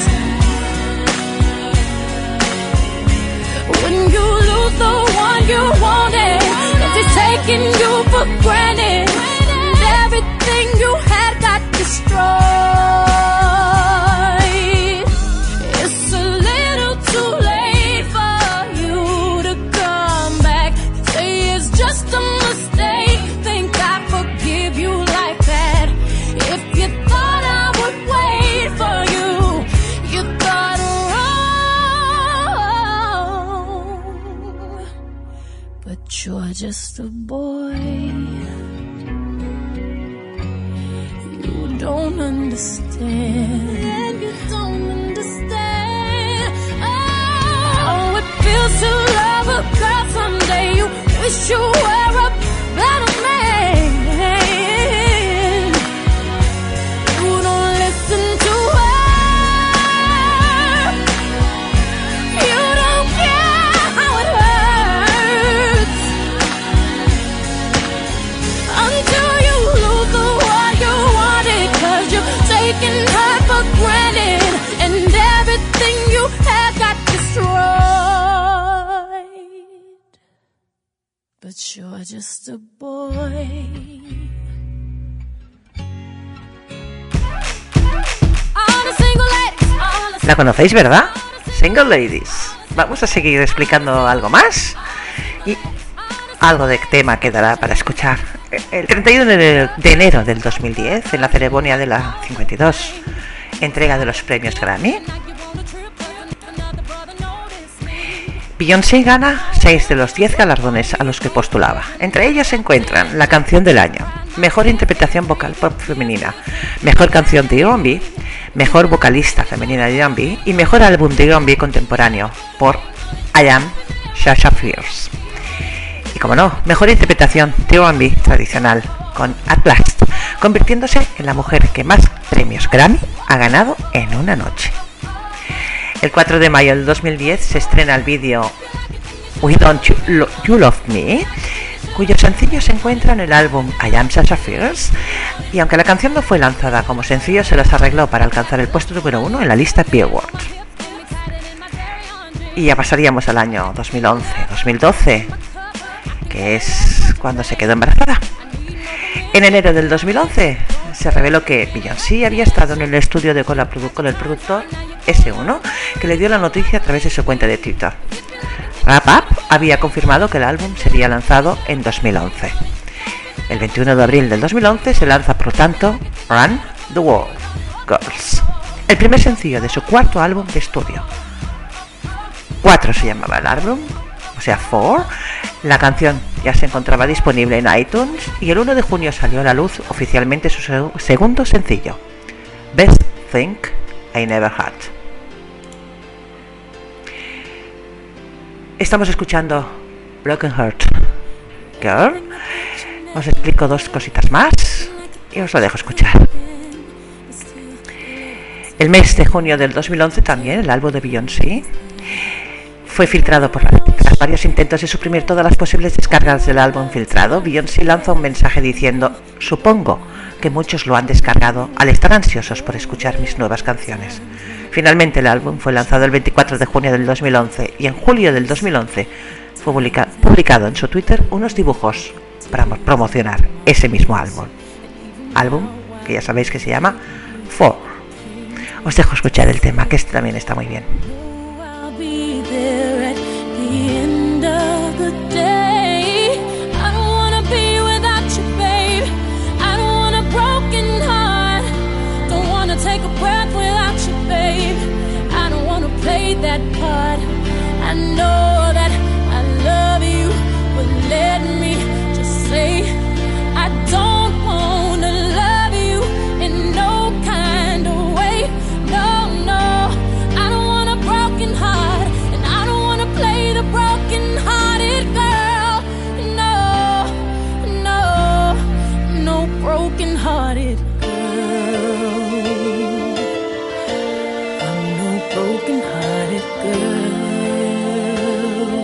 when you lose the one you wanted, and he's taking you for granted, and everything you had got destroyed. It's a little too late for you to come back, say it's just a mistake, think I forgive you like that. If you thought I would wait for you, you thought wrong. But you're just a boy, you don't understand, you don't understand, oh, how it feels to love a girl someday. You wish you were a better man. You don't listen to her, you don't care how it hurts until you lose the one you wanted, 'cause you're taking her for granted, and everything you had got destroyed. But you're just a boy. All the single ladies, all the La conocéis, ¿verdad? Single Ladies. Vamos a seguir explicando algo más y algo de tema quedará para escuchar. El treinta y uno de enero del dos mil diez, en la ceremonia de la cincuenta y dos entrega de los premios Grammy, Beyoncé gana seis de los diez galardones a los que postulaba. Entre ellos se encuentran la canción del año, mejor interpretación vocal pop femenina, mejor canción de R and B, mejor vocalista femenina de R and B y mejor álbum de R and B contemporáneo por I Am Sasha Fierce. Y como no, mejor interpretación de R and B tradicional con At Last, convirtiéndose en la mujer que más premios Grammy ha ganado en una noche. El cuatro de mayo del dos mil diez se estrena el vídeo We Don't You, Lo- You Love Me, cuyos sencillos se encuentran en el álbum I Am Sasha Fierce, y aunque la canción no fue lanzada como sencillo, se las arregló para alcanzar el puesto número uno en la lista Billboard. Y ya pasaríamos al año dos mil once dos mil doce, que es cuando se quedó embarazada. En enero del dos mil once se reveló que Beyoncé había estado en el estudio de con, la, con el productor ese uno, que le dio la noticia a través de su cuenta de Twitter. Wrap Up había confirmado que el álbum sería lanzado en dos mil once. El veintiuno de abril del dos mil once se lanza, por tanto, Run the World Girls, el primer sencillo de su cuarto álbum de estudio. Cuatro se llamaba el álbum, o sea, Four. La canción ya se encontraba disponible en iTunes y el uno de junio salió a la luz oficialmente su seg- segundo sencillo, Best Thing I Never Had. Estamos escuchando Broken Heart Girl. Os explico dos cositas más y os lo dejo escuchar. El mes de junio del dos mil once también el álbum de Beyoncé fue filtrado por la tras varios intentos de suprimir todas las posibles descargas del álbum filtrado. Beyoncé lanza un mensaje diciendo: supongo que muchos lo han descargado al estar ansiosos por escuchar mis nuevas canciones. Finalmente el álbum fue lanzado el veinticuatro de junio del dos mil once y en julio del dos mil once fue publica- publicado en su Twitter unos dibujos para promocionar ese mismo álbum. Álbum que ya sabéis que se llama Four. Os dejo escuchar el tema, que este también está muy bien. Be there at the end of the day. I don't wanna be without you, babe. I don't want a broken heart. Don't wanna take a breath without you, babe. I don't wanna play that part. I know that I love you, but let me just say I don't wanna love you in no kind of way. No, no, I don't want a broken heart. Play the broken-hearted girl. No, no, no broken-hearted girl. I'm no broken-hearted girl.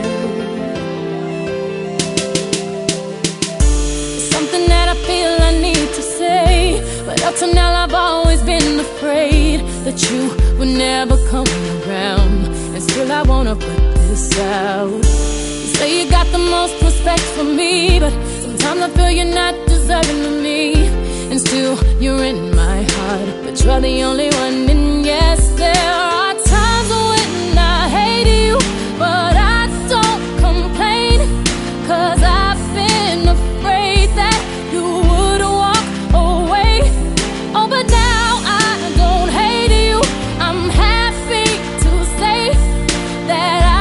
Something that I feel I need to say, but up till now I've always been afraid that you would never come around, and still I wanna put this out. You say you got the most respect for me, but sometimes I feel you're not deserving of me, and still you're in my heart, but you're the only one. And yes, there are times when I hate you, but I don't complain, 'cause I've been afraid that you would walk away. Oh, but now I don't hate you. I'm happy to say that I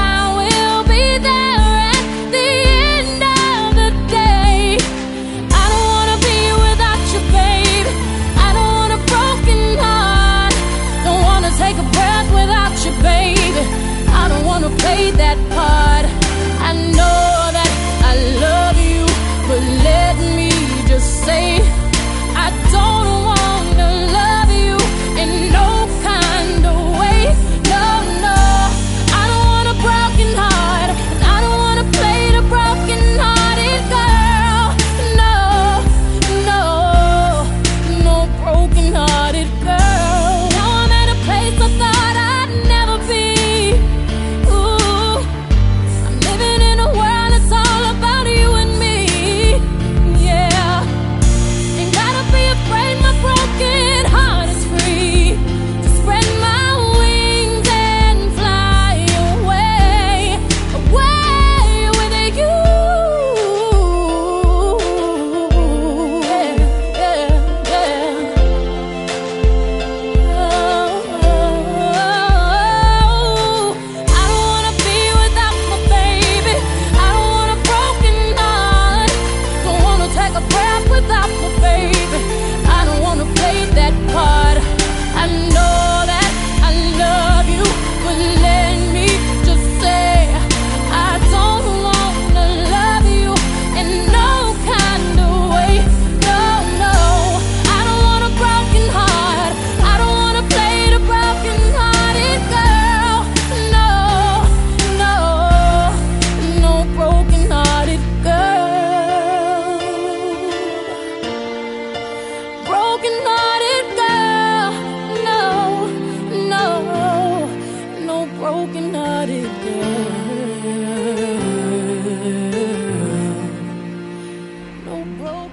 play that part. I know that I love you, but let me just say I don't want to love you in no kind of way. No, no, I don't want a broken heart, and I don't want to play the broken-hearted girl. No, no, no broken-hearted girl. Now I'm at a place I thought I'd never be.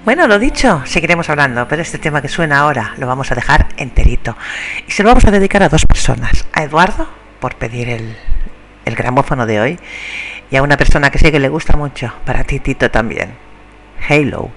Bueno, lo dicho, seguiremos hablando, pero este tema que suena ahora lo vamos a dejar enterito. Y se lo vamos a dedicar a dos personas. A Eduardo, por pedir el, el gramófono de hoy, y a una persona que sé que le gusta mucho, para ti, Tito, también. Halo.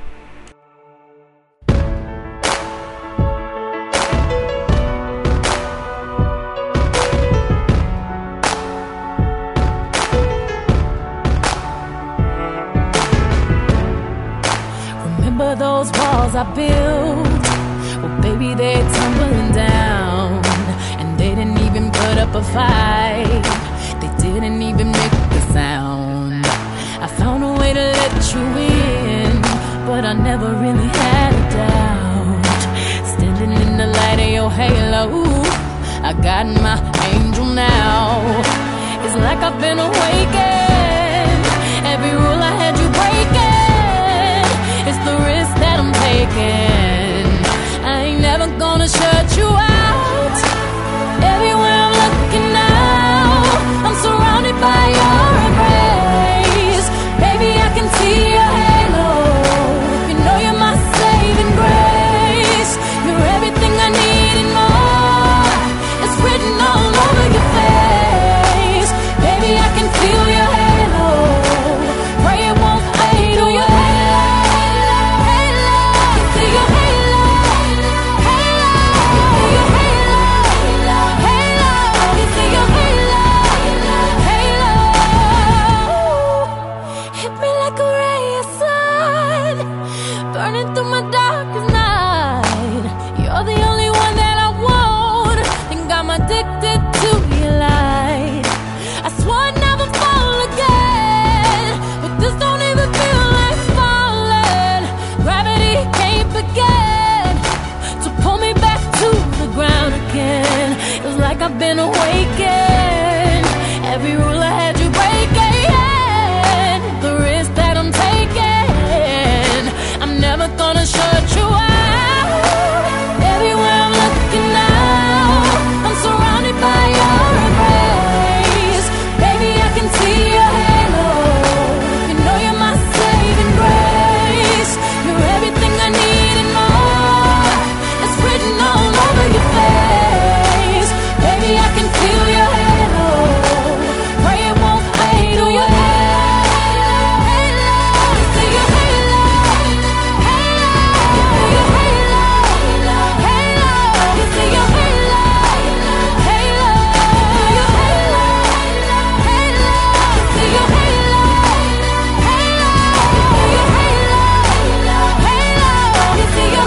Remember those walls I built? Well, baby, they're tumbling down. And they didn't even put up a fight. They didn't even make a sound. I found a way to let you in, but I never really had a doubt. Standing in the light of your halo, I got my angel now. It's like I've been awakened. Every rule I had you breaking, it's the risk that I'm taking. I ain't never gonna shut you out. Everywhere I'm looking now, I'm surrounded by your embrace. Baby, I can see your halo. You know you're my saving grace. You're everything I need and more. It's written all over your face. Baby, I can feel your halo. Pray it won't fade. Feel your halo, halo. Feel your halo, halo. Feel your halo, halo. Feel your halo, halo. Hit me like a ray of sun, burning through my darkest night. You're the only one that I want. Think I'm addicted to your light. I swore I'd never fall again, but this don't even feel like falling. Gravity can't begin to pull me back to the ground again. It's like I've been awakened. Every rule I had you breaking, the risk that I'm taking. I'm never gonna shut you out. Everywhere I'm looking now, I'm surrounded by your embrace. Baby, I can see your halo. You know you're my saving grace. You're everything I need and more. It's written all over your face. Baby, I can feel your halo. Pray it won't fade. Feel your halo, halo. Feel your halo, halo. Feel your halo, halo. Feel your halo, halo. Feel your halo, halo. Feel your halo, halo. Feel your halo, halo. Feel your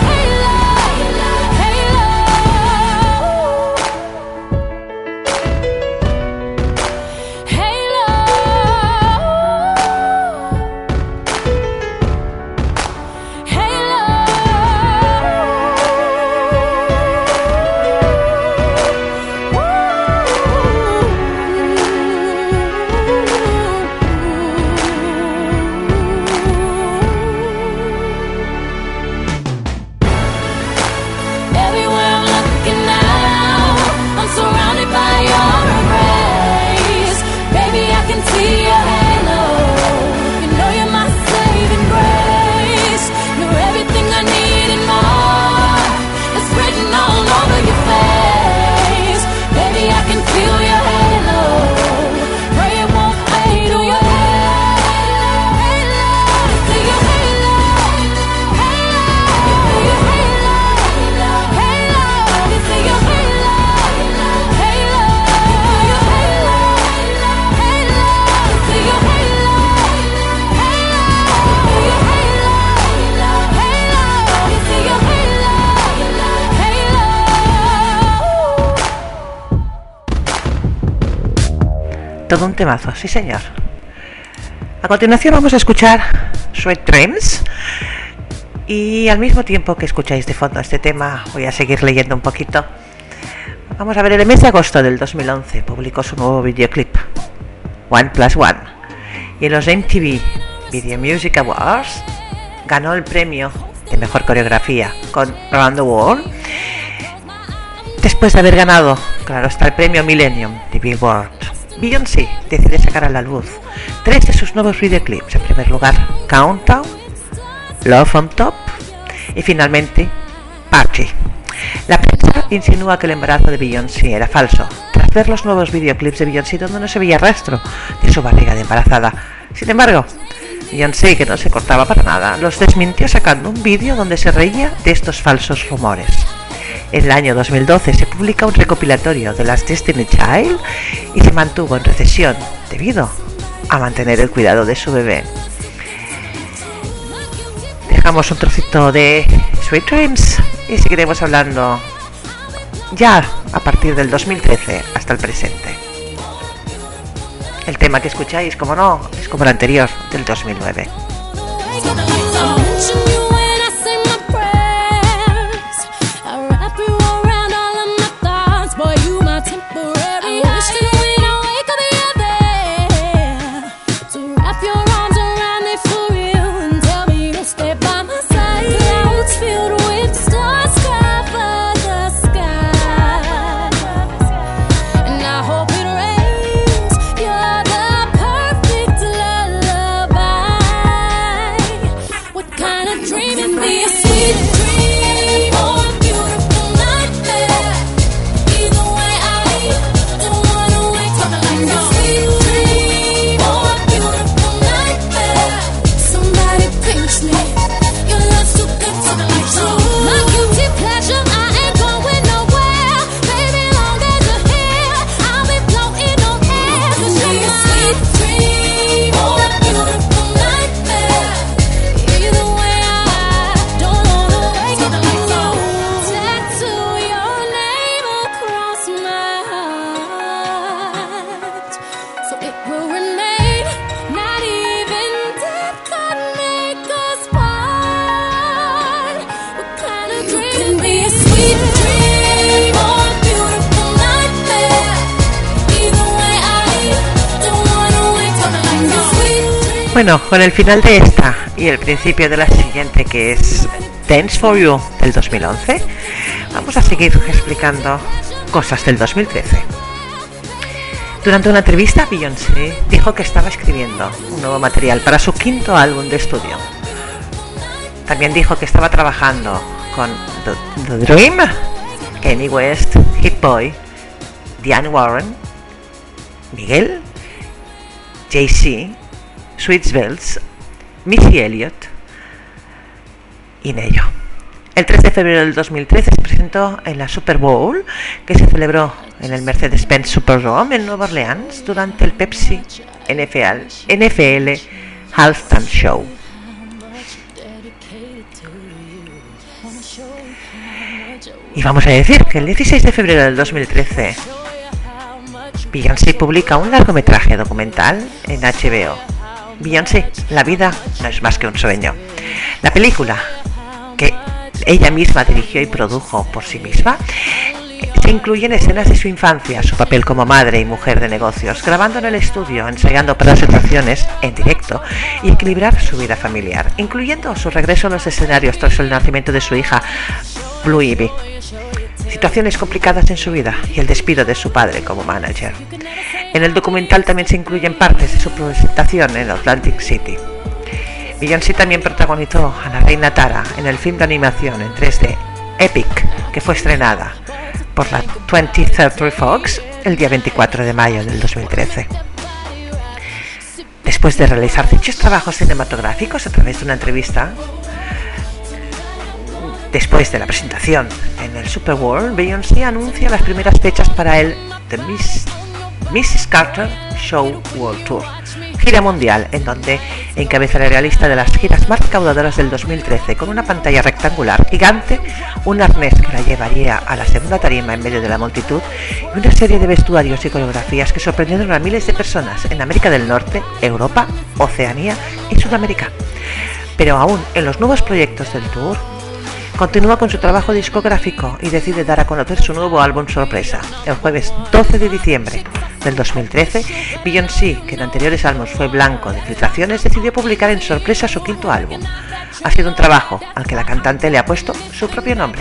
Everywhere I'm looking now, I'm surrounded by your embrace. Baby, I can see your halo. You know you're my saving grace. You're everything I need and more. It's written all over your face. Baby, I can feel your halo. Pray it won't fade. Feel your halo, halo. Feel your halo, halo. Feel your halo, halo. Feel your halo, halo. Feel your halo, halo. Feel your halo, halo. Feel your halo, halo. Feel your halo, halo. Todo un temazo, sí señor. A continuación vamos a escuchar Sweet Dreams. Y al mismo tiempo que escucháis de fondo este tema, voy a seguir leyendo un poquito. Vamos a ver, el mes de agosto del dos mil once publicó su nuevo videoclip, One Plus One. Y en los M T V Video Music Awards ganó el premio de mejor coreografía con Around the World. Después de haber ganado, claro está, el premio Millennium de Billboard, Beyoncé decide sacar a la luz tres de sus nuevos videoclips. En primer lugar, Countdown, Love on Top y finalmente Party. La prensa insinúa que el embarazo de Beyoncé era falso, tras ver los nuevos videoclips de Beyoncé donde no se veía rastro de su barriga de embarazada. Sin embargo, Beyoncé, que no se cortaba para nada, los desmintió sacando un vídeo donde se reía de estos falsos rumores. En el año dos mil doce se publica un recopilatorio de las Destiny Child y se mantuvo en recesión debido a mantener el cuidado de su bebé. Dejamos un trocito de Sweet Dreams y seguiremos hablando ya a partir del dos mil trece hasta el presente. El tema que escucháis, como no, es como el anterior, del dos mil nueve. Bueno, con el final de esta y el principio de la siguiente, que es Dance for You del dos mil once, vamos a seguir explicando cosas del dos mil trece. Durante una entrevista, Beyoncé dijo que estaba escribiendo un nuevo material para su quinto álbum de estudio. También dijo que estaba trabajando con The, The Dream, Kanye West, Hit Boy, Diane Warren, Miguel, Jay-Z, Sweet Bells, Missy Elliott y Nello. El tres de febrero del dos mil trece se presentó en la Super Bowl, que se celebró en el Mercedes-Benz Superdome en Nueva Orleans durante el Pepsi N F L Halftime Show. Y vamos a decir que el dieciséis de febrero del dos mil trece Beyoncé publica un largometraje documental en H B O. Beyoncé, la vida no es más que un sueño. La película, que ella misma dirigió y produjo por sí misma, se incluyen escenas de su infancia, su papel como madre y mujer de negocios, grabando en el estudio, ensayando para las actuaciones en directo y equilibrar su vida familiar, incluyendo su regreso a los escenarios tras el nacimiento de su hija Blue Ivy, situaciones complicadas en su vida y el despido de su padre como manager. En el documental también se incluyen partes de su presentación en Atlantic City. Beyoncé también protagonizó a la reina Tara en el film de animación en tres D Epic, que fue estrenada por la twentieth Century Fox el día veinticuatro de mayo del dos mil trece. Después de realizar dichos trabajos cinematográficos a través de una entrevista, después de la presentación en el Super Bowl, Beyoncé anuncia las primeras fechas para el The Miss, missus Carter Show World Tour, gira mundial en donde encabezará la lista de las giras más recaudadoras del dos mil trece, con una pantalla rectangular gigante, un arnés que la llevaría a la segunda tarima en medio de la multitud y una serie de vestuarios y coreografías que sorprendieron a miles de personas en América del Norte, Europa, Oceanía y Sudamérica. Pero aún en los nuevos proyectos del tour, continúa con su trabajo discográfico y decide dar a conocer su nuevo álbum sorpresa. El jueves doce de diciembre del dos mil trece, Beyoncé, que en anteriores álbumes fue blanco de filtraciones, decidió publicar en sorpresa su quinto álbum. Ha sido un trabajo al que la cantante le ha puesto su propio nombre,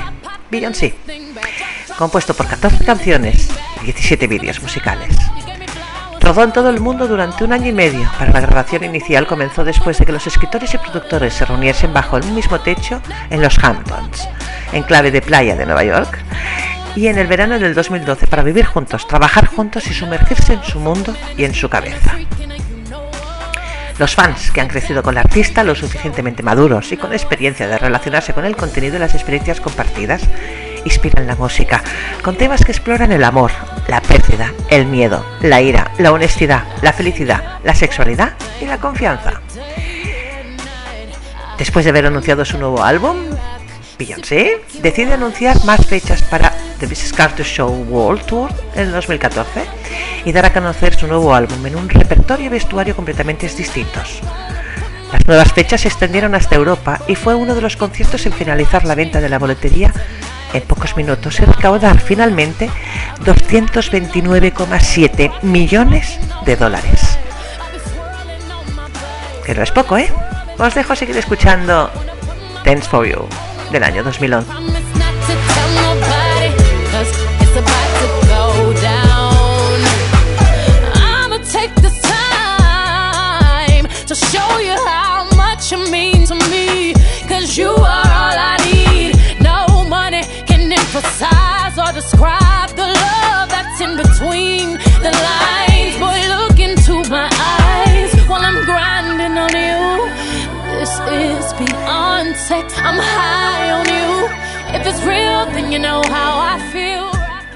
Beyoncé, compuesto por catorce canciones y diecisiete vídeos musicales. rodó en todo el mundo durante un año y medio, pero la grabación inicial comenzó después de que los escritores y productores se reuniesen bajo el mismo techo en los Hamptons, enclave de playa de Nueva York, y en el verano del dos mil doce para vivir juntos, trabajar juntos y sumergirse en su mundo y en su cabeza. Los fans que han crecido con la artista, lo suficientemente maduros y con experiencia de relacionarse con el contenido y las experiencias compartidas, inspiran la música, con temas que exploran el amor, la pérdida, el miedo, la ira, la honestidad, la felicidad, la sexualidad y la confianza. Después de haber anunciado su nuevo álbum, Beyoncé decide anunciar más fechas para The Vince Carter Show World Tour en el dos mil catorce y dar a conocer su nuevo álbum en un repertorio y vestuario completamente distintos. Las nuevas fechas se extendieron hasta Europa y fue uno de los conciertos en finalizar la venta de la boletería en pocos minutos y recaudar finalmente doscientos veintinueve coma siete millones de dólares. Que no es poco, ¿eh? Os dejo seguir escuchando Dance for You del año dos mil once. Emphasize or describe the love that's in between the lines. Boy, look into my eyes while I'm grinding on you. This is beyond sex. I'm high on you. If it's real, then you know how I feel.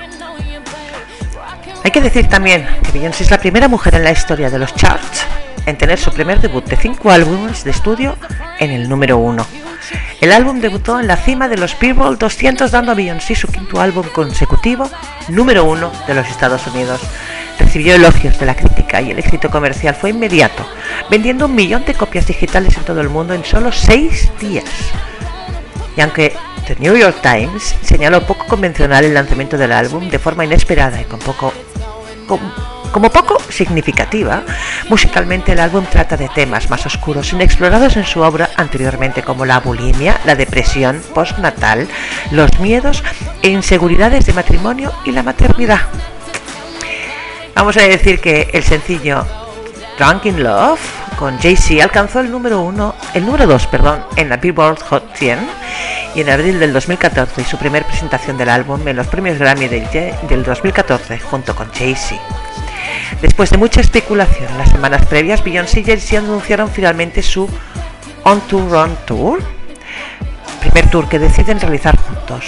Hay que decir también que Beyoncé es la primera mujer en la historia de los charts en tener su primer debut de cinco álbumes de estudio en el número uno. El álbum debutó en la cima de los Billboard doscientos, dando a Beyoncé su quinto álbum consecutivo número uno de los Estados Unidos. Recibió elogios de la crítica y el éxito comercial fue inmediato, vendiendo un millón de copias digitales en todo el mundo en solo seis días. Y aunque The New York Times señaló poco convencional el lanzamiento del álbum de forma inesperada y con poco... Con, Como poco significativa, musicalmente el álbum trata de temas más oscuros inexplorados en su obra anteriormente, como la bulimia, la depresión postnatal, los miedos e inseguridades de matrimonio y la maternidad. Vamos a decir que el sencillo Drunk in Love con Jay-Z alcanzó el número uno, el número dos, perdón, en la Billboard Hot cien y en abril del dos mil catorce, y su primera presentación del álbum en los premios Grammy del, del dos mil catorce junto con Jay-Z. Después de mucha especulación en las semanas previas, Beyoncé y Jay-Z anunciaron finalmente su On to Run Tour, primer tour que deciden realizar juntos.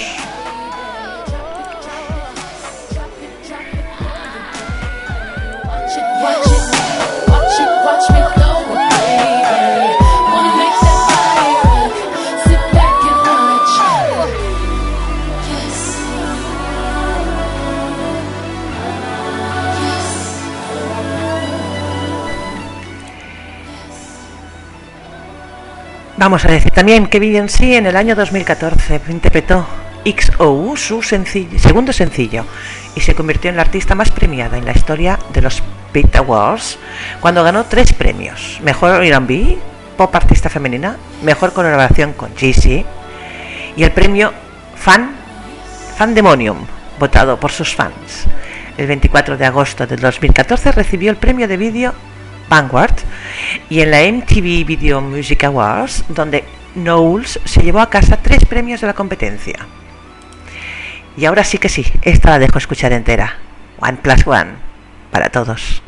Vamos a decir también que Beyoncé en el año dos mil catorce interpretó X O U, su sencillo, segundo sencillo, y se convirtió en la artista más premiada en la historia de los Brit Awards, cuando ganó tres premios: Mejor R and B, Pop Artista Femenina, Mejor Colaboración con Jay-Z y el premio Fan Fandemonium, votado por sus fans. El veinticuatro de agosto del dos mil catorce recibió el premio de vídeo Vanguard y en la M T V Video Music Awards, donde Knowles se llevó a casa tres premios de la competencia. Y ahora sí que sí, esta la dejo escuchar entera. One plus one para todos.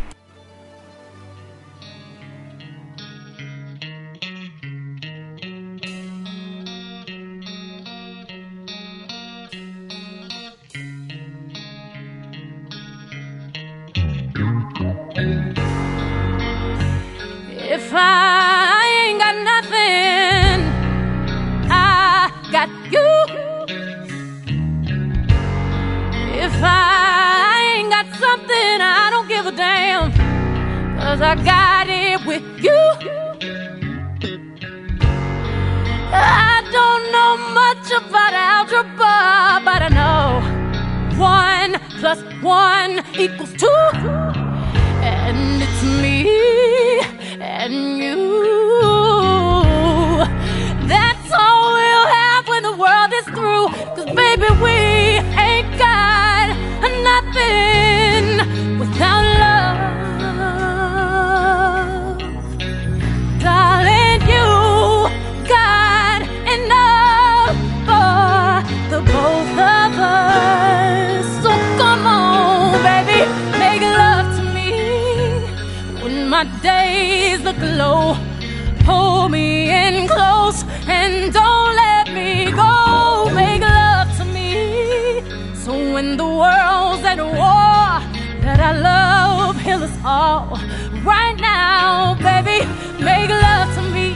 If I ain't got nothing, I got you. If I ain't got something, I don't give a damn, 'cause I got it with you. I don't know much about algebra, but I know one plus one equals two. And it's me and you. That's all we'll have when the world is through. 'Cause baby, we ain't got nothing without love. my days look low. Pull me in close and don't let me go. Make love to me. So when the world's at war, that I love heal us all. Right now, baby, make love to me.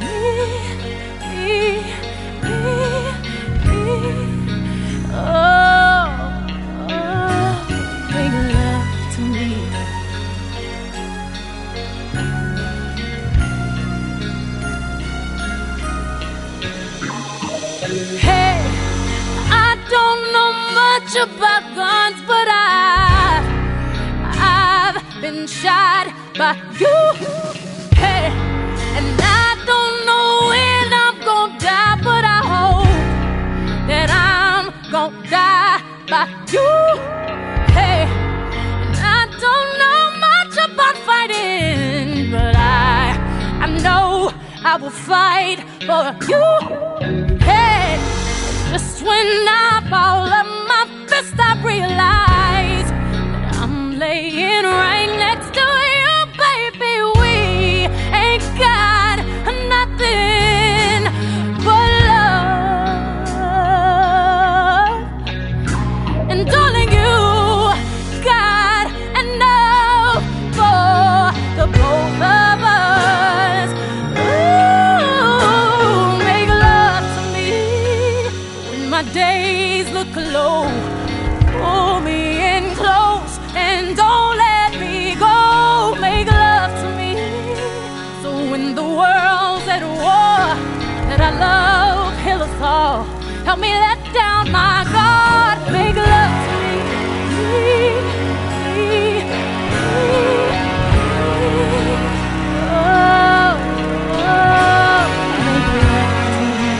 Me, me, me, me. Oh, oh, make love to me. Hey, I don't know much about guns, but I, I've been shot by you. Hey, and I don't know when I'm gonna die, but I hope that I'm gonna die by you. Hey, and I don't know much about fighting, but I, I know I will fight for you. Hey, just when I fall up my fist, I realize that I'm laying right next to you, baby. We ain't got nothing but love, and darling, you got enough for the both of us. Ooh, make love to me when my days look low. Pull me in close and don't let me go. Make love to me. So when the world's at war, that I love heal us all. Help me let down my guard. Make love to me. Me, me, me. Oh, oh, make love to me.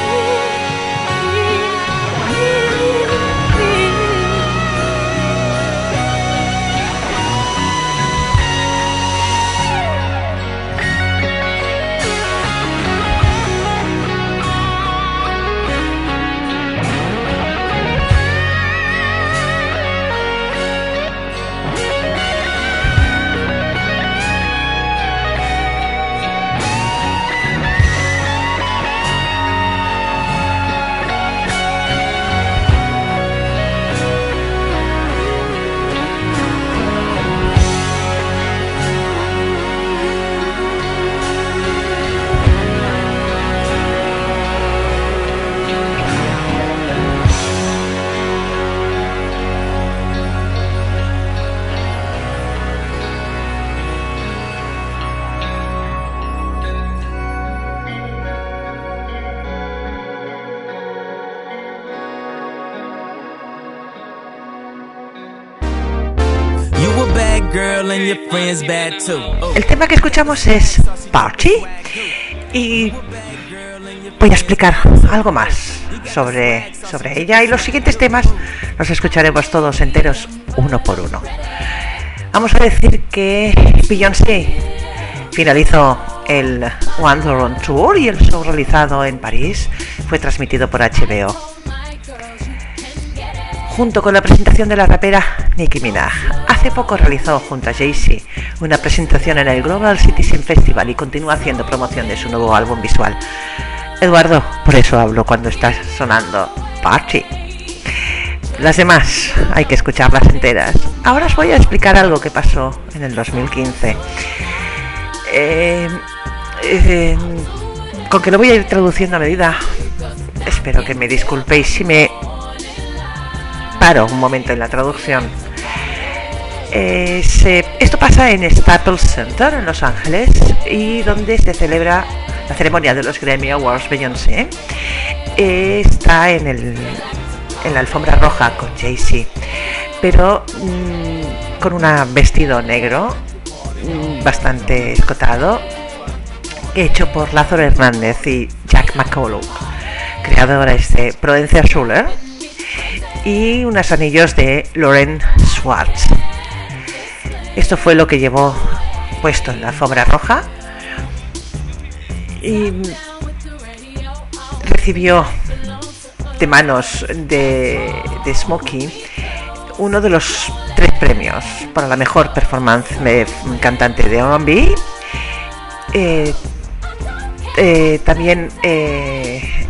El tema que escuchamos es Party y voy a explicar algo más sobre, sobre ella, y los siguientes temas los escucharemos todos enteros uno por uno. Vamos a decir que Beyoncé finalizó el Wonderland Tour y el show realizado en París fue transmitido por H B O, junto con la presentación de la rapera Nicki Minaj. Hace poco realizó junto a Jay-Z una presentación en el Global Citizen Festival y continúa haciendo promoción de su nuevo álbum visual. Eduardo, por eso hablo cuando está sonando Party. Las demás hay que escucharlas enteras. Ahora os voy a explicar algo que pasó en el dos mil quince. Eh, eh, con que lo voy a ir traduciendo a medida. Espero que me disculpéis si me paro un momento en la traducción. Eh, se, esto pasa en Staples Center en Los Ángeles, y donde se celebra la ceremonia de los Grammy Awards. Beyoncé eh, está en, el, en la alfombra roja con Jay-Z, pero mmm, con un vestido negro mmm, bastante escotado, hecho por Lázaro Hernández y Jack McCullough, creadores de Prudencia Schuller, y unos anillos de Lauren Schwartz. Esto fue lo que llevó puesto en la alfombra roja, y recibió de manos de, de Smokey uno de los tres premios para la mejor performance eh, cantante de R and B. Eh, eh, también eh,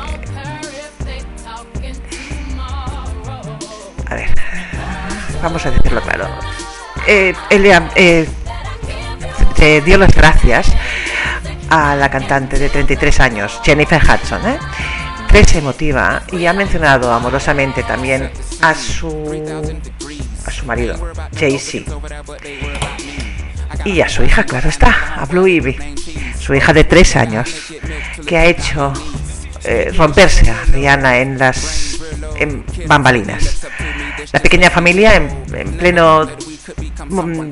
a ver, vamos a decirlo claro. Eh, él eh, se dio las gracias a la cantante de treinta y tres años, Jennifer Hudson, ¿eh? Tres emotiva, y ha mencionado amorosamente también a su a su marido, Jay-Z, y a su hija, claro está, a Blue Ivy, su hija de tres años, que ha hecho eh, romperse a Rihanna en las en bambalinas. La pequeña familia en, en pleno mm,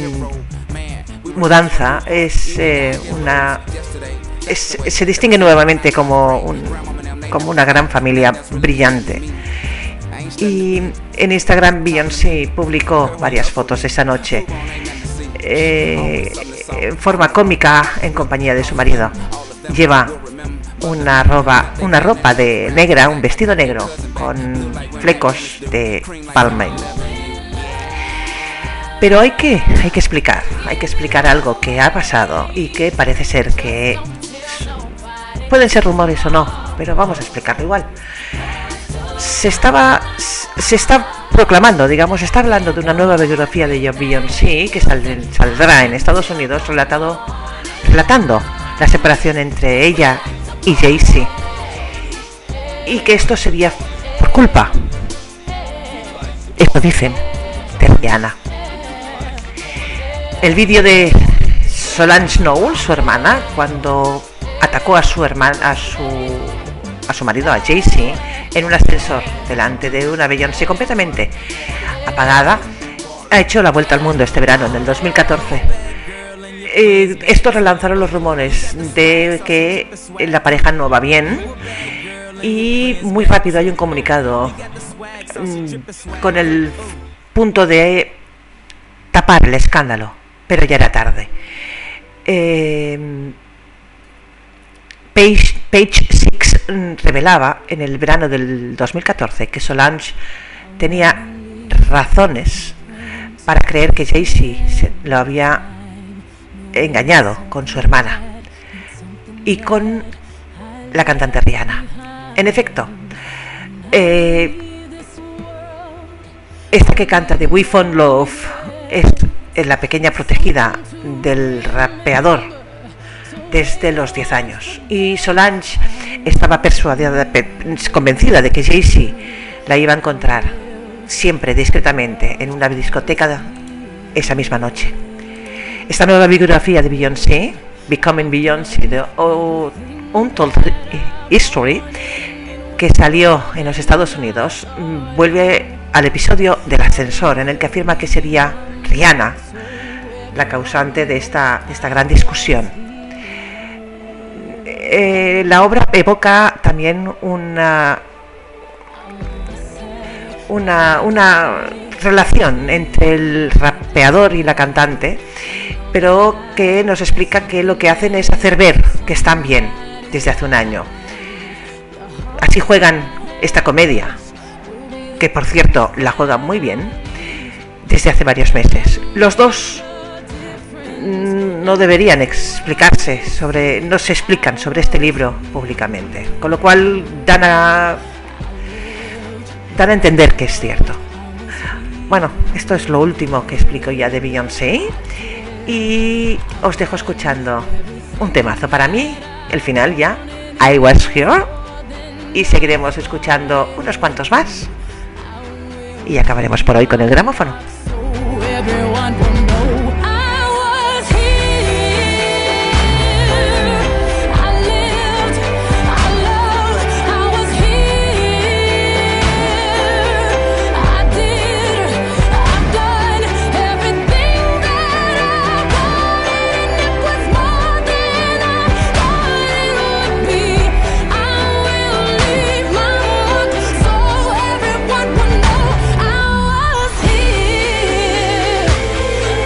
mudanza es eh, una es, se distingue nuevamente como un, como una gran familia brillante. Y en Instagram Beyoncé publicó varias fotos esa noche eh, en forma cómica en compañía de su marido. Lleva una ropa, una ropa de negra, un vestido negro con flecos de Balmain. Pero hay que, hay que explicar, hay que explicar algo que ha pasado y que parece ser que pueden ser rumores o no, pero vamos a explicarlo igual. Se estaba, se está proclamando, digamos, se está hablando de una nueva biografía de Beyoncé que sal, saldrá en Estados Unidos relatado, relatando la separación entre ella y Jay-Z, y que esto sería por culpa, esto dicen, de Rihanna. El vídeo de Solange Knowles, su hermana, cuando atacó a su hermana, a su a su marido, a Jay-Z, en un ascensor delante de una Beyoncé completamente apagada, ha hecho la vuelta al mundo este verano, en el dos mil catorce. Eh, esto relanzaron los rumores de que la pareja no va bien, y muy rápido hay un comunicado mmm, con el punto de tapar el escándalo, pero ya era tarde. Eh, Page, Page Six revelaba en el verano del dos mil catorce que Solange tenía razones para creer que Jay-Z lo había engañado con su hermana y con la cantante Rihanna. En efecto, eh, esta que canta de We Found Love es, es la pequeña protegida del rapeador desde los diez años, y Solange estaba persuadida, convencida de que Jay-Z la iba a encontrar siempre discretamente en una discoteca esa misma noche. Esta nueva biografía de Beyoncé, Becoming Beyoncé, The Untold History, que salió en los Estados Unidos, vuelve al episodio del ascensor, en el que afirma que sería Rihanna la causante de esta, de esta gran discusión. Eh, la obra evoca también una, una, una relación entre el rapeador y la cantante, pero que nos explica que lo que hacen es hacer ver que están bien desde hace un año. Así juegan esta comedia, que por cierto la juegan muy bien desde hace varios meses. Los dos no deberían explicarse sobre, no se explican sobre este libro públicamente, con lo cual dan a dan a entender que es cierto. Bueno, esto es lo último que explico ya de Beyoncé, y os dejo escuchando un temazo para mí, el final ya, I Was Here, y seguiremos escuchando unos cuantos más y acabaremos por hoy con el gramófono. I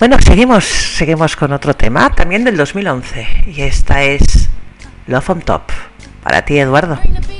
Bueno, seguimos, seguimos con otro tema, también del dos mil once, y esta es Love on Top. Para ti, Eduardo.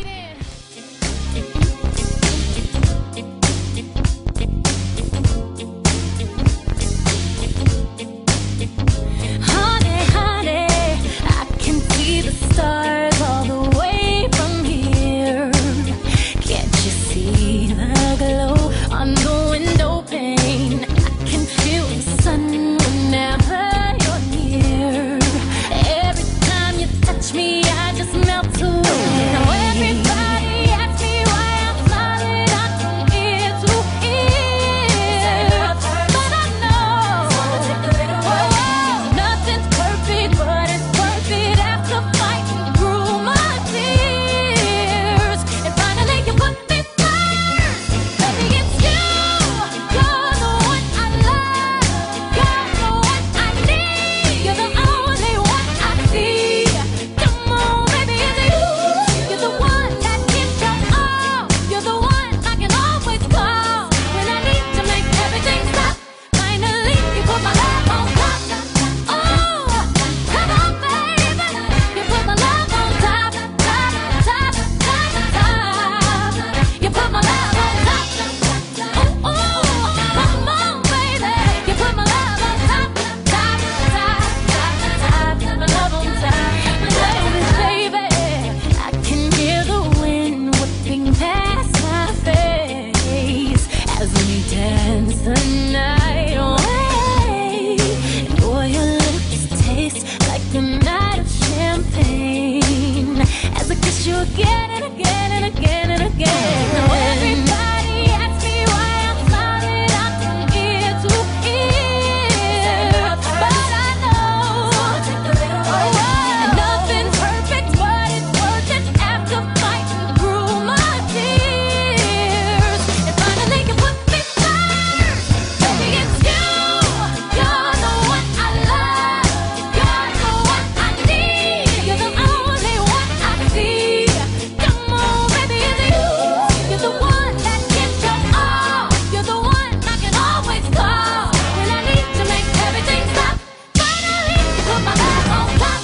Honey, honey, I can see the stars all the way from here. Can't you see the glow on the window pane? I can feel the sun whenever you're near. Every time you touch me, I just melt away. Now everybody asks me why I'm smiling out from ear to ear, but I know oh, nothing's perfect, but it's worth it after fighting through my tears. And finally you put me first, baby, it's you. You're the one I love, you're the one I need, you're the only one I see. Come on, baby, it's you. You're the one that gives your all, you're the one I can always call when I need to make everything stop. Finally you put my love on top. Oh, come on, baby, you put my love on top, top, top, top, top. You put my love on top. Oh, oh, come on, baby, you put my love on top, top, top, top, top. My love on top, baby, baby. I can hear the wind whipping past my face as we dance the night away. And boy, your lips taste like a night of champagne as I kiss you again and again and again and again. Now everybody asks me why I'm smiling out from ear to ear, but I know oh, nothing's perfect, but it's worth it after fighting through my tears. And finally you put me first, baby, it's you. You're the one I love, you're the one I need, you're the only one I see. Come on, baby, it's you. You're the one that gives your all, you're the one I can always call when I need to make everything stop. Finally you put my love on top.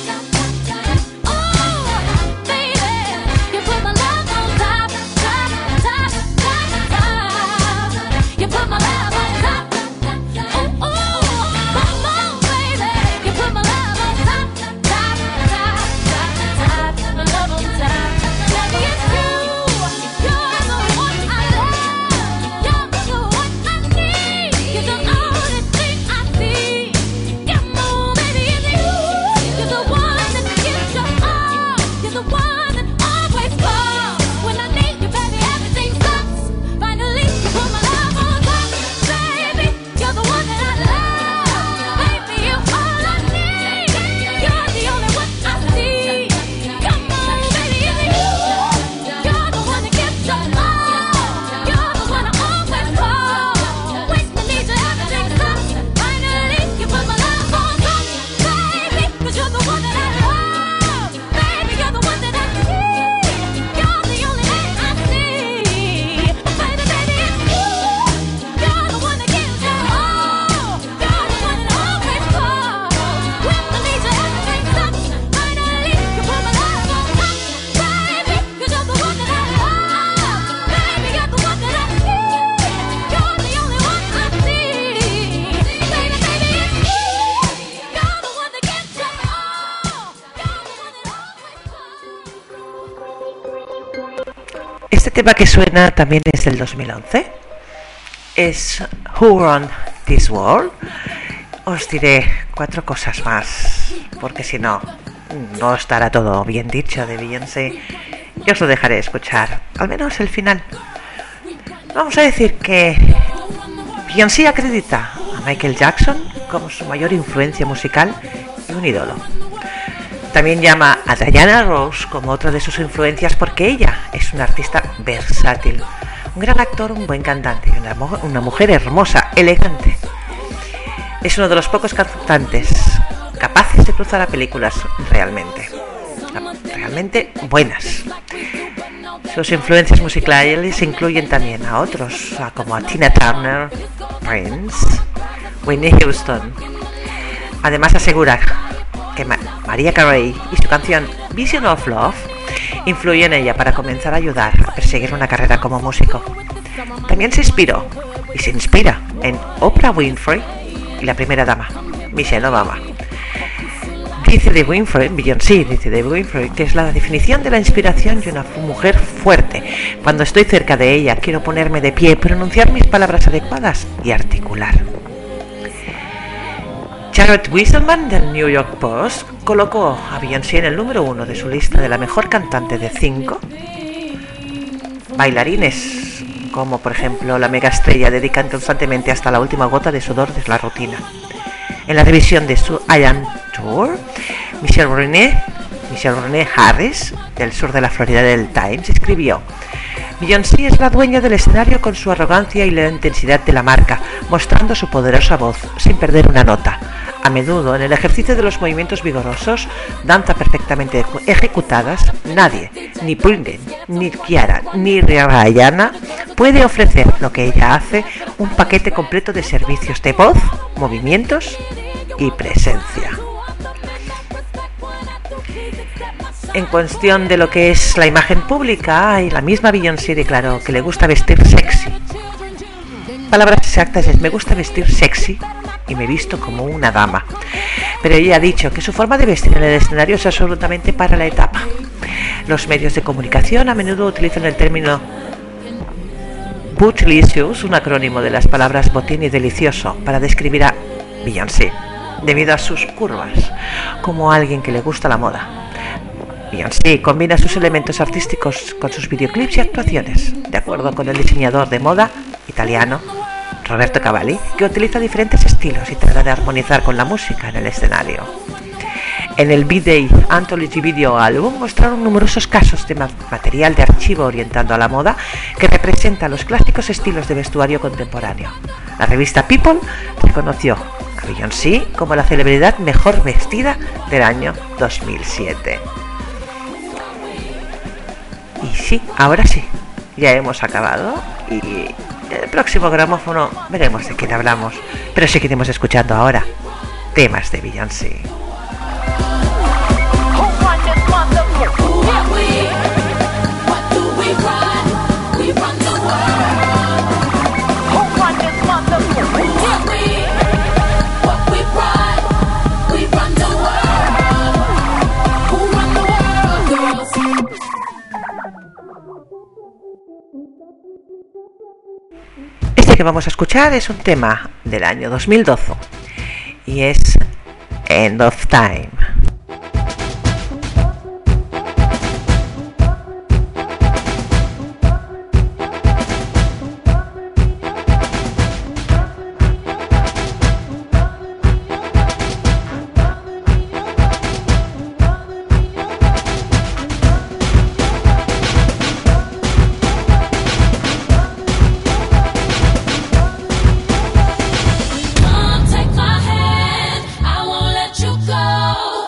Oh, baby, you put my love on top, top, top, top, top. You put my love on top. Oh, oh, come on, baby, you put my love on top, top, top, top, top. My love on top. Baby, it's you. You're the one I love. You're the one I need. You're the only thing I see. Come on, baby, it's you. You're the one that gives your all. You're the one that always calls when I need you, baby. Everything stops. Finally, you put my love on top, baby. You're the one that I love, baby. You're all I need. You're the only one I see. Come on, baby, it's you. You're the one that gives your all. You're the one I always call. When I need you, everything stops. Finally, you put my love on top, baby. 'Cause you're the one that I love, baby. You're the one that I need. You're the only thing I see. Baby, baby, it's you. You're the one that gives your all. You're the one that I always call. When I need you, everything stops. Finally, you put my love on top, baby. 'Cause you're the one that I love, baby. You're the one that I need. You're the only one I see. Baby, baby, it's you. You're the one that gives your all. You're the one that I always call. Este tema que suena también es del dos mil once. Es Who Run This World. Os diré cuatro cosas más, porque si no, no estará todo bien dicho de Beyoncé. Y os lo dejaré escuchar, al menos el final. Vamos a decir que Beyoncé acredita a Michael Jackson como su mayor influencia musical y un ídolo. También llama a Diana Ross como otra de sus influencias porque ella es una artista versátil, un gran actor, un buen cantante y una, una mujer hermosa, elegante. Es uno de los pocos cantantes capaces de cruzar a películas realmente, realmente buenas. Sus influencias musicales incluyen también a otros, como a Tina Turner, Prince, Whitney Houston. Además asegura que Ma- Mariah Carey y su canción Vision of Love influyó en ella para comenzar a ayudar a perseguir una carrera como músico. También se inspiró y se inspira en Oprah Winfrey y la primera dama, Michelle Obama. Dice de Winfrey, Beyoncé dice de Winfrey, que es la definición de la inspiración y una mujer fuerte. Cuando estoy cerca de ella, quiero ponerme de pie, pronunciar mis palabras adecuadas y articular. Jared Wieselman del New York Post colocó a Beyoncé en el número uno de su lista de la mejor cantante de cinco bailarines, como por ejemplo la mega estrella dedican constantemente hasta la última gota de sudor de la rutina. En la revisión de su I Am Tour, Michelle René, Michelle René Harris, del sur de la Florida del Times, escribió: Beyoncé es la dueña del escenario con su arrogancia y la intensidad de la marca, mostrando su poderosa voz, sin perder una nota. A menudo, en el ejercicio de los movimientos vigorosos, danza perfectamente ejecutadas, nadie, ni Britney, ni Kiara, ni Rihanna, puede ofrecer lo que ella hace, un paquete completo de servicios de voz, movimientos y presencia. En cuestión de lo que es la imagen pública, y la misma Beyoncé declaró que le gusta vestir sexy. Palabras exactas es: me gusta vestir sexy y me visto como una dama. Pero ella ha dicho que su forma de vestir en el escenario es absolutamente para la etapa. Los medios de comunicación a menudo utilizan el término bootylicious, un acrónimo de las palabras botín y delicioso, para describir a Beyoncé, debido a sus curvas, como alguien que le gusta la moda. Beyoncé combina sus elementos artísticos con sus videoclips y actuaciones, de acuerdo con el diseñador de moda italiano Roberto Cavalli, que utiliza diferentes estilos y trata de armonizar con la música en el escenario. En el B-Day Anthology Video Album mostraron numerosos casos de material de archivo orientando a la moda que representa los clásicos estilos de vestuario contemporáneo. La revista People reconoció a Beyoncé como la celebridad mejor vestida del año dos mil siete. Y sí, ahora sí, ya hemos acabado y el próximo gramófono veremos de quién hablamos, pero seguiremos escuchando ahora temas de Beyoncé. Este que vamos a escuchar es un tema del año dos mil doce y es End of Time. Come take my hand, I won't let you go.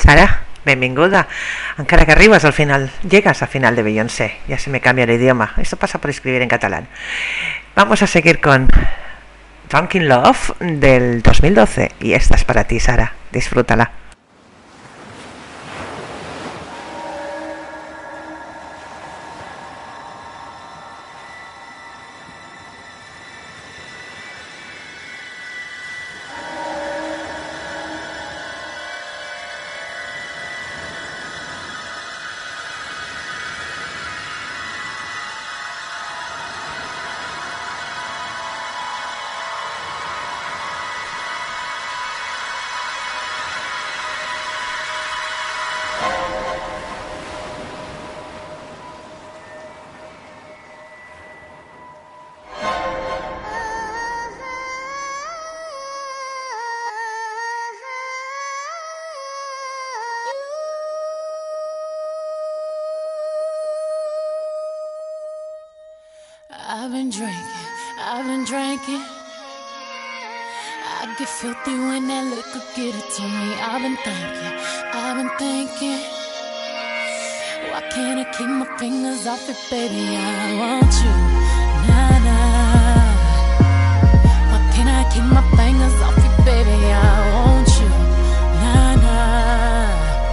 Sara, benvinguda. Encara que arribes al final, llegas al final de Beyoncé. Ya se me cambia el idioma. Esto pasa por escribir en catalán. Vamos a seguir con Drunken Love del dos mil doce. Y esta es para ti, Sara. Disfrútala. I've been drinking, I've been drinking. I get filthy when that liquor get it to me. I've been thinking, I've been thinking. Why can't I keep my fingers off it, baby? I want you, nah, nah. Why can't I keep my fingers off it, baby? I want you, nah, nah.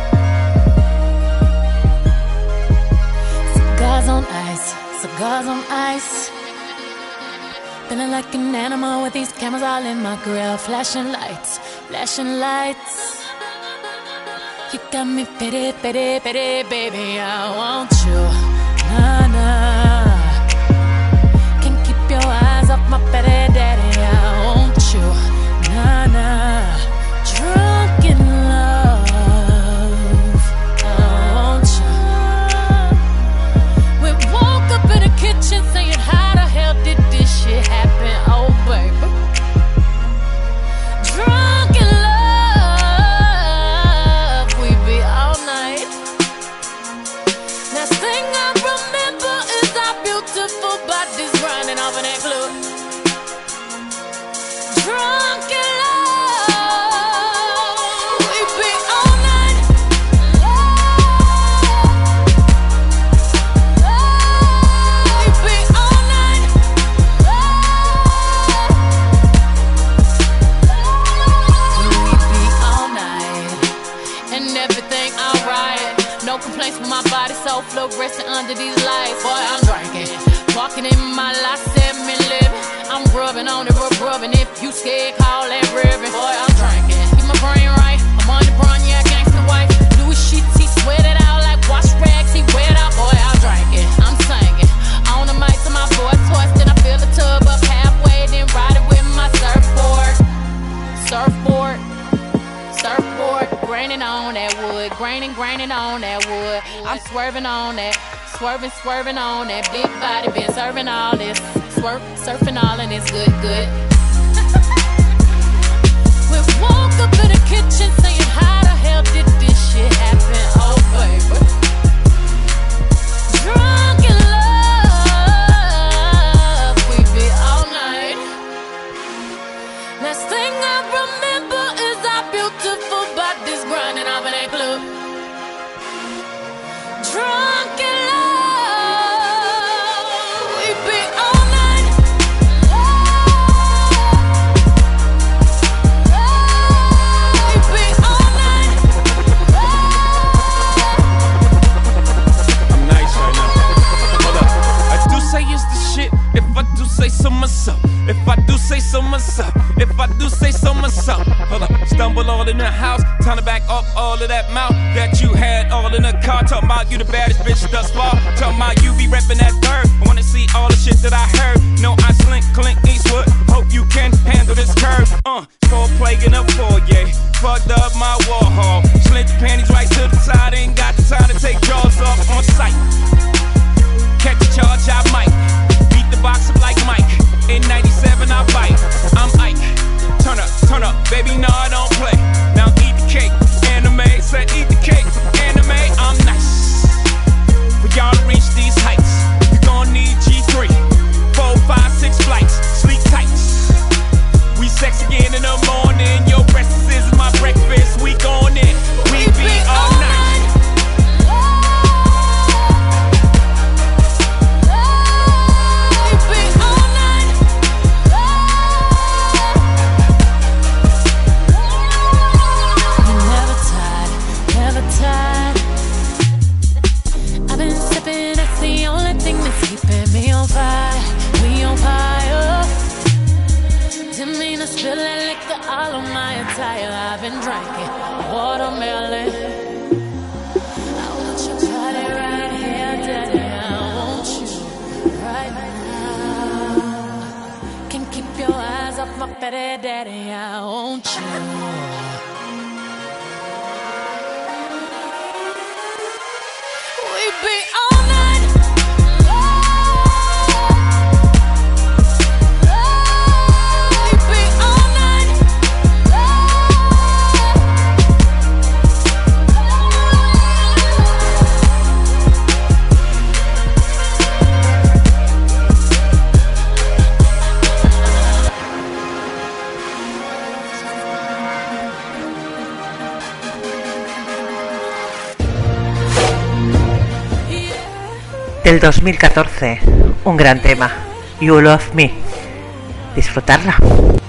Cigars on ice, cigars on ice. Feeling like an animal with these cameras all in my grill. Flashing lights, flashing lights. You got me pity, pity, pity, baby. I want you, nah, nah. Can't keep your eyes off my pity, daddy. I want you, nah, nah. Drunk in love, I want you. We woke up in the kitchen saying, how the hell did this shit happen? Oh, baby. Drunk in love, we be all night. Last thing I remember is our beautiful bodies grinding off in that club. Drunk in love, we be all night. We be all night. We be all night. And everything alright. No complaints with my body, so fluorescent under these lights. Boy, I'm drinking, walking in my life, seven living. I'm rubbing on it, rub rubbing. If you scared, call that ribbon. Boy, I'm drinking, keep my brain right. I'm on the brown, yeah, gangsta wife. Louis sheets, he sweat it out like wash rags. He wear it out, boy, I'm drinking. I'm singing on the mic to my voice twisting. I fill the tub up halfway, then ride it with my surfboard. Surfboard. Surfboard, graining on that wood, graining, graining on that wood. I'm swerving on that, swerving, swerving on that big body, been serving all this, swerve, surfing all and it's good, good. We woke up in the kitchen saying, how the hell did this shit happen? Oh, baby. Drunk in love, we be all night. Last thing I remember is our beautiful bodies grinding off in that club. Drunk in love, we be all night. We be all night. I'm nice right now. Hold up. I do say it's the shit. If I do say so myself. If I do say so myself. If I do say so myself. Hold up. Stumble all in the house. Time to back up all of that mouth that you had all in the car. Talking about you the baddest bitch thus far. Talking about you be reppin' that third. I wanna see all the shit that I heard. No, I slink, Clint Eastwood. Hope you can handle this curve. Uh, four plague in a foyer. Fucked up my Warhol. Slint the panties right to the side. Ain't got the time to take jaws off on sight. Catch a charge, I might. Beat the box up like Mike. In ninety-seven, I bite. I'm Ike. Turn up, turn up, baby, no, I don't play. Now eat the cake, anime. Said eat the cake, anime. I'm nice. For y'all to reach these heights, you gon' need G three, four, five. Spilling liquor all on my attire. I've been drinking watermelon. I want your body right here, daddy. I want you right now. Can't keep your eyes off my fatty daddy. I want you. We be all night. Del dos mil catorce, un gran tema, You Love Me. Disfrutarla.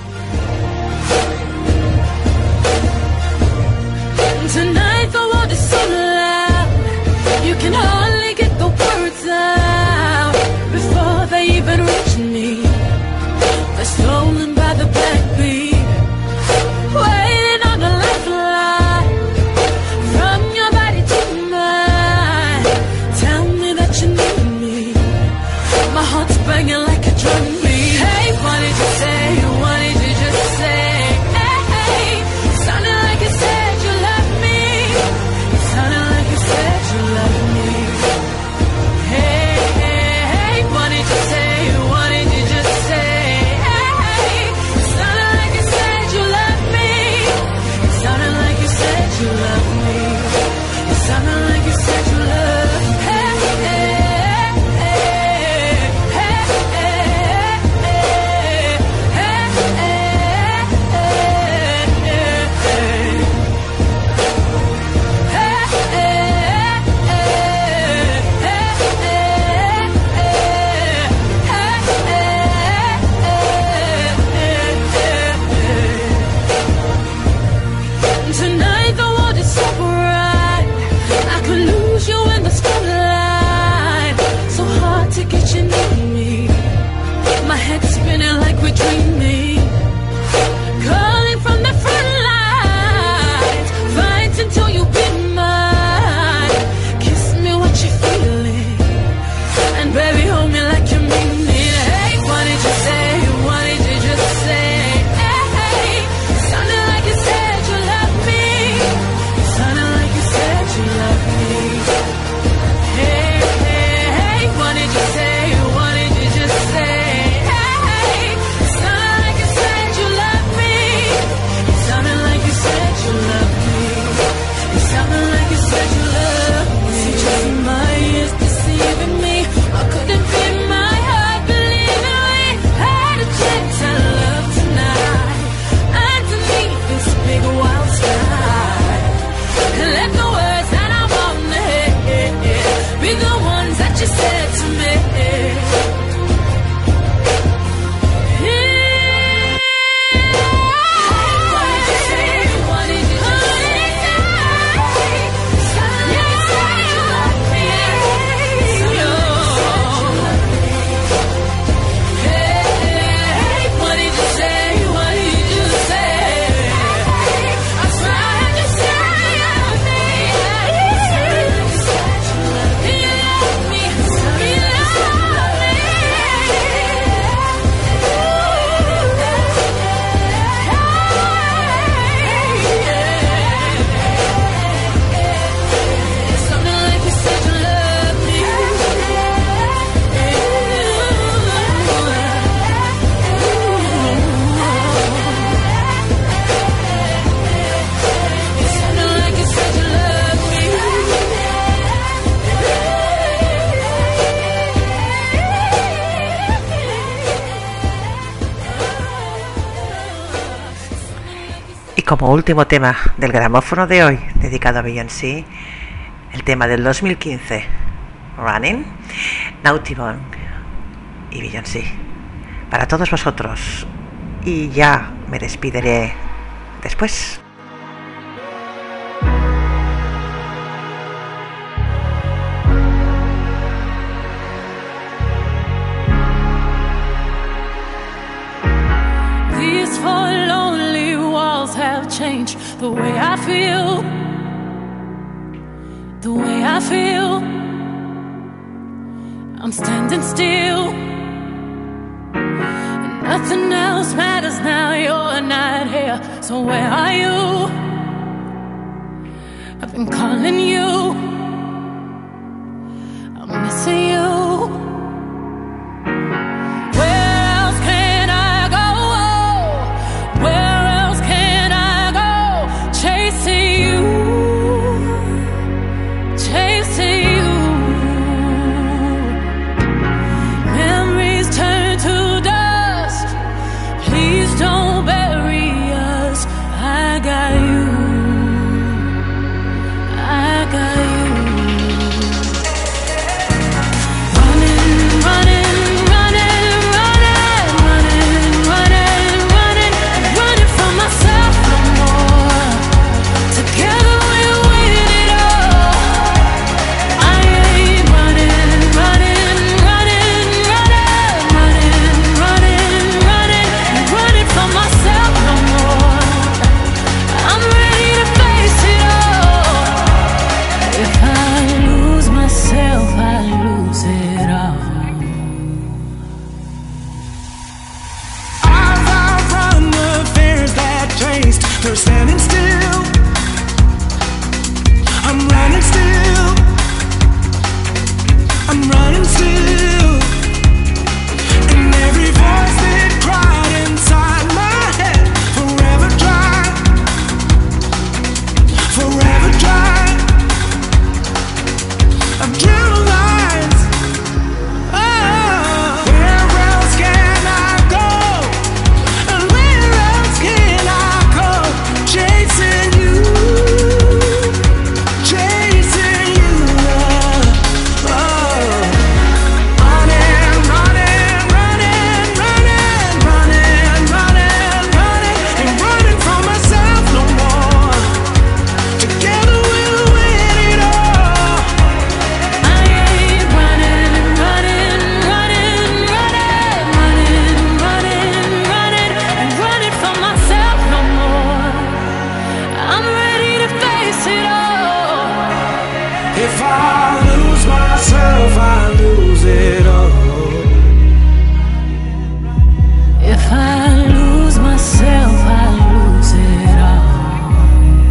Tonight the world is so loud, you can hardly get the words out before they even reach me. They're stolen by the backbeat, waiting on the lifeline from your body to mine. Tell me that you need me. My heart's banging like a drum beat. Hey, what did you say? What did you just say? Hey, hey. Sounded like you said you love me. You sounded like you said you love me. Hey, hey, hey. What did you say? What did you just say? Hey, hey. Sounded like you said you love me. You sounded like you said you love me. You sounded like you said you love me. Hey, hey. Tonight the world is so bright, I could lose you in the spotlight. So hard to get you near me. My head's spinning like we're dreaming. Calling from the front lines, fight until you be mine. Kiss me what you're feeling, and baby hold me like you mean it. Hey, what did you say? What did you just say? Hey, hey. Sounded like you said you love me. Sounded like you said you love me. Hey, hey, hey. What did you say? What did you just say? Hey, hey. Sounded like you said you love me. Sounded like you said you love me. It sounded like you said you love me. See, just my ears deceiving me, or could it be my heart believing we had a chance at love tonight underneath this big wild sky? And let the words that I wanna hear be the ones that you said to me. Como último tema del gramófono de hoy, dedicado a Beyoncé, el tema del dos mil quince, Running, Naughty Bone y Beyoncé. Para todos vosotros. Y ya me despidiré después. These four change the way I feel, the way I feel. I'm standing still, and nothing else matters now. You're not here, so where are you? I've been calling you, I'm missing you. They're standing still. I'm running still. I'm running still. And every voice that cried inside my head, forever dry, forever dry. I've drew lines. Oh, where else can I go? And where else can I? Chasing you, chasing you, oh. Running, running, running, running, running, running, running, ain't running from myself no more. Together we'll win it all. I ain't running, running, running, running, running, running, running, ain't running from myself no more. I'm ready to face it all. If I lose myself, I lose it all. If I lose myself, I lose it all.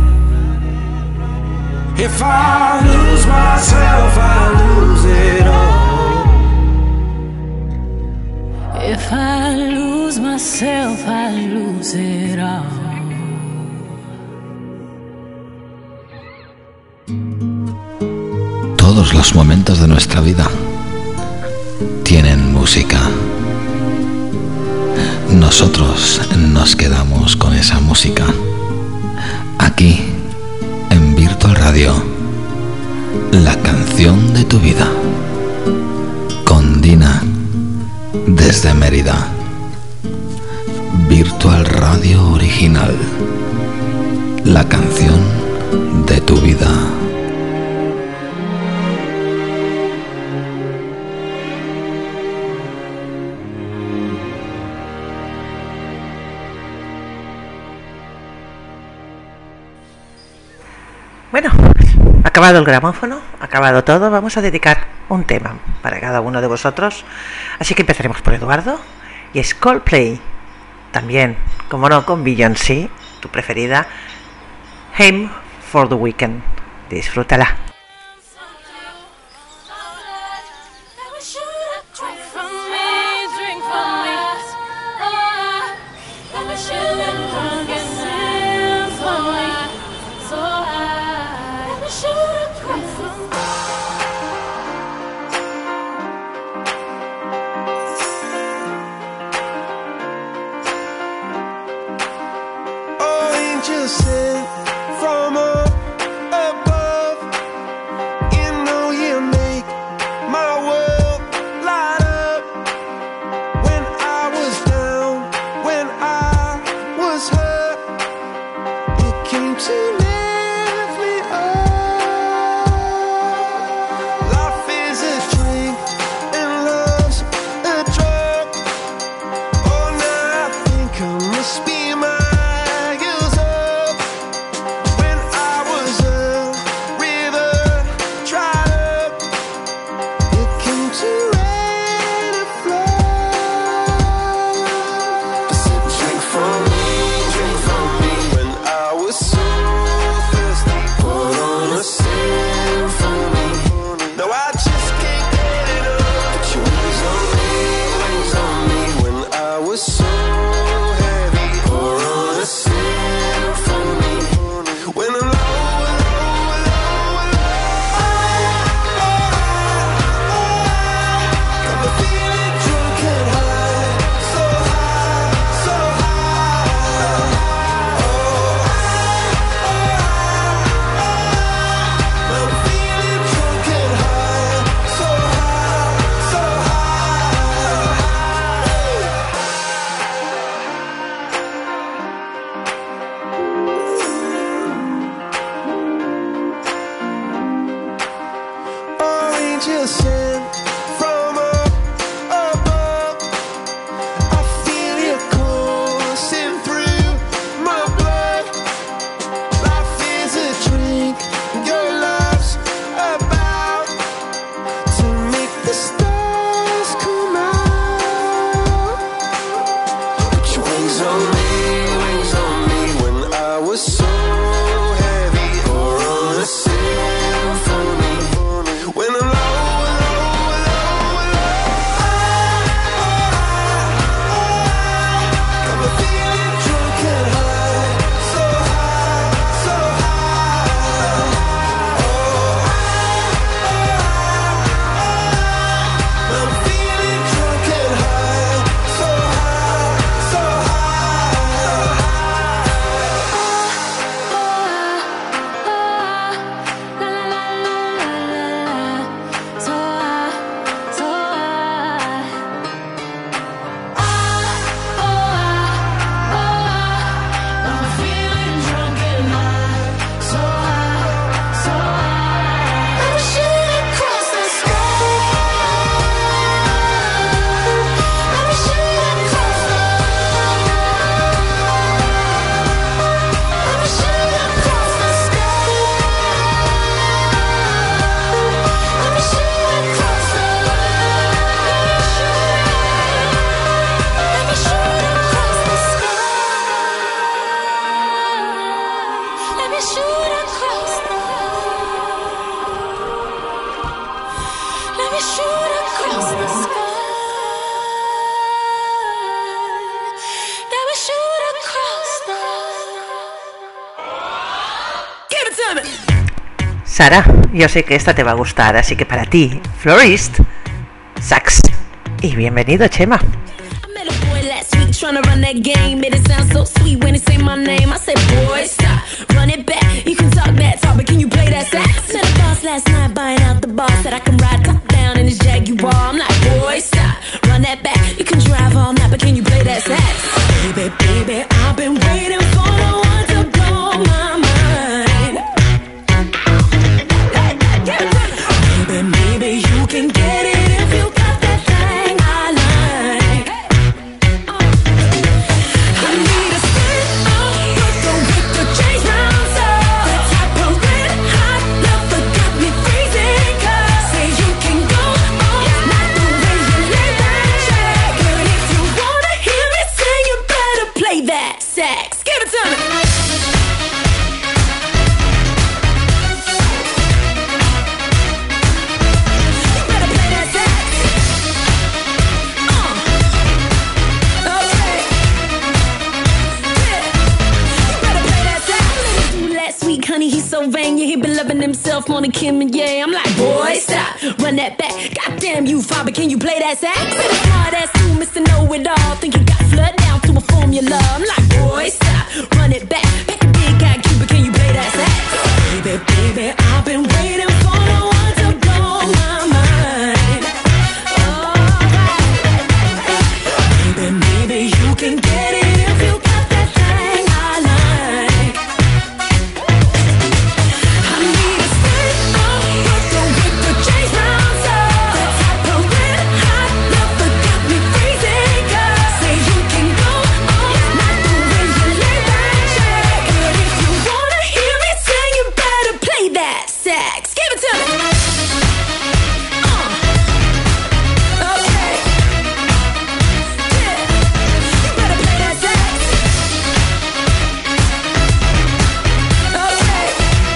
If I lose myself, I lose it all. If I lose myself, I lose it all. Todos los momentos de nuestra vida tienen música. Nosotros nos quedamos con esa música. Aquí, en Virtual Radio, la canción de tu vida. Con Dina, desde Mérida. Virtual Radio original. La canción de tu vida. Bueno, acabado el gramófono, acabado todo, vamos a dedicar un tema para cada uno de vosotros. Así que empezaremos por Eduardo. Y es Coldplay, también, como no, con Beyoncé, tu preferida, Aim for the Weekend. Disfrútala. Just sent from up above. You know you make my world light up. When I was down, when I was hurt, you came to lift me up. Life is a drink and love's a drug. Oh, now I think I must be mine. Wings on me, wings on me. When I was so heavy, or on a symphony. When I'm low, low, low, low, I'm a feeling drunk and high, so high, so high. I'm feeling drunk and high, so high, so Sara, yo sé que esta te va a gustar, así que para ti, Florist, sax. Y bienvenido, Chema. Met a boy last week trying to run that game. Made it sound so sweet when he say my name. I said, boy, stop, run it back. You can talk that talk, but can you play that sax? Met a boss last night buying out the bar. Said I can ride top down in his Jaguar. I'm like, boy, stop, run that back. You can drive all night, but can you play that sax? Baby, baby, I've been waiting for the one to blow my mind. Baby, maybe you can get it if you got that thing I like. I need a spin up, rhythm with the change round up. The type of red hot love that got me freezing cold. Say you can go all night the way you lay that track. But if you wanna hear me sing, you better play that sax. Give it to me. Honey, he's so vain, yeah, he been loving himself more than Kim and yeah. I'm like, boy, stop, run that back. Goddamn you, father, can you play that sax? Say the smart ass you, Mister Know-It-All. Think you got flood down to a formula. I'm like, boy, stop, run it back. Pack a big guy, Cuba, can you play that sax? Baby, baby, I've been waiting for the one to blow my mind. Oh, baby, maybe you can get it if you got that thing I like. I need a spin up, rhythm with the change round up. The type of red hot love that got me freezing cold. Say you can go all night the way you lay that track. But if you wanna hear me sing, you better play that sax. Give it to me. Uh. Okay. Yeah. You better play that sax. Okay.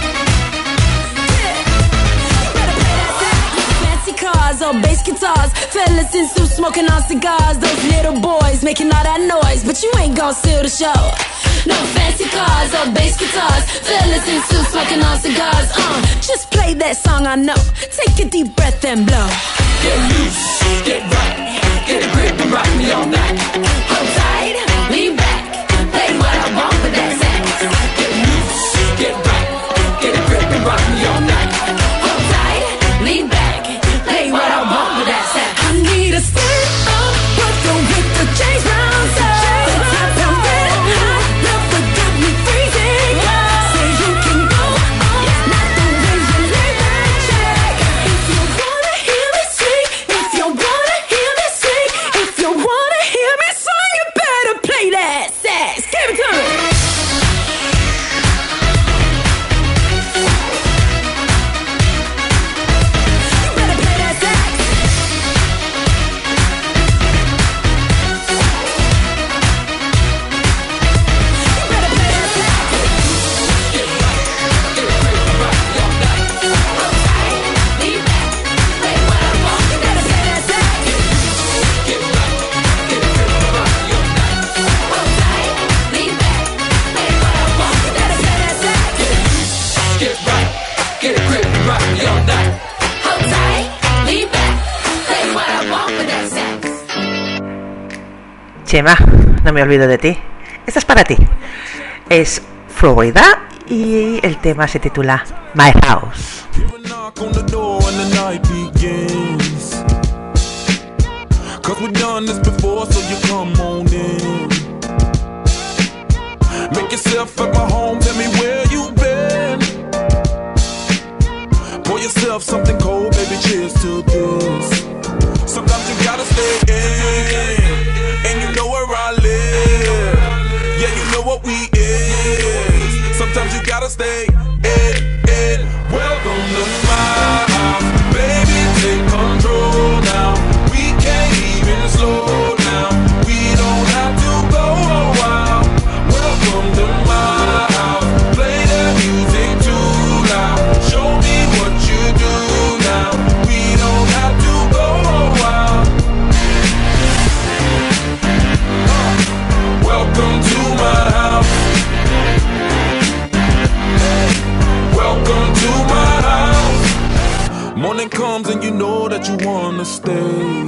Fancy cars or bass guitars, fellas in suits smoking on cigars. Those little boys making all that noise, but you ain't gon' steal the show. No fancy cars or bass guitars, fellas in suits smoking on cigars. Uh, just play that song I know. Take a deep breath and blow. Get loose, get right, get a grip and rock me all night. Hold tight, lean back, play what I want with that sax. Get loose, get right, get a grip and rock me all night. Hold tight, lean back, play what I want with that sax. I need a spin up, rhythm with the change rounds up. The type of red hot love that got me freezing cold. Say you can go all night the way you lay that track. If you wanna hear me sing, if you wanna hear me sing, if you wanna hear me sing. Chema, no me olvido de ti. Esta es para ti. Es Florida y el tema se titula My House. Knock on the door and the night begins. Cause we've done this before, so you come on in. Make yourself at my home, tell me where you been. Pour yourself something cold, baby, cheers to this. Sometimes you gotta stay in, and you know where I live. Yeah, you know what we is. Sometimes you gotta stay in, in. Welcome to my house, baby, take control now. We can't even slow down, we don't have to go a while. Welcome to my house, play the music too loud. Show me what you do now, we don't have to go a while. Uh, welcome to my house. Welcome to my house. Morning comes and you know that you wanna stay.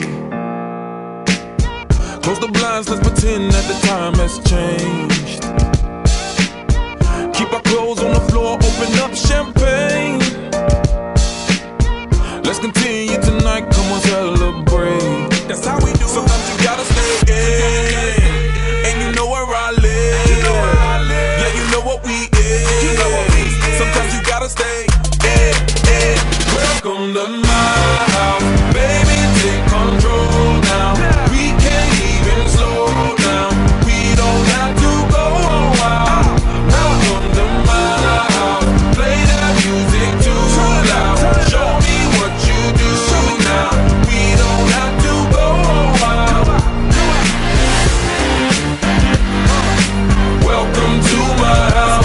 Close the blinds, let's pretend that the time has changed. Keep our clothes on the floor, open up champagne. Let's continue tonight, come on, celebrate. That's how we do. Sometimes you gotta stay in, and you know where I live. You know where I live. Yeah, you know what we is. You know what we is. Sometimes you gotta stay in, in. Welcome to my house, baby, take control now. We can't even slow down, we don't have to go a while. Welcome to my house, play that music too loud. Show me what you do now, we don't have to go a while. Welcome to my house.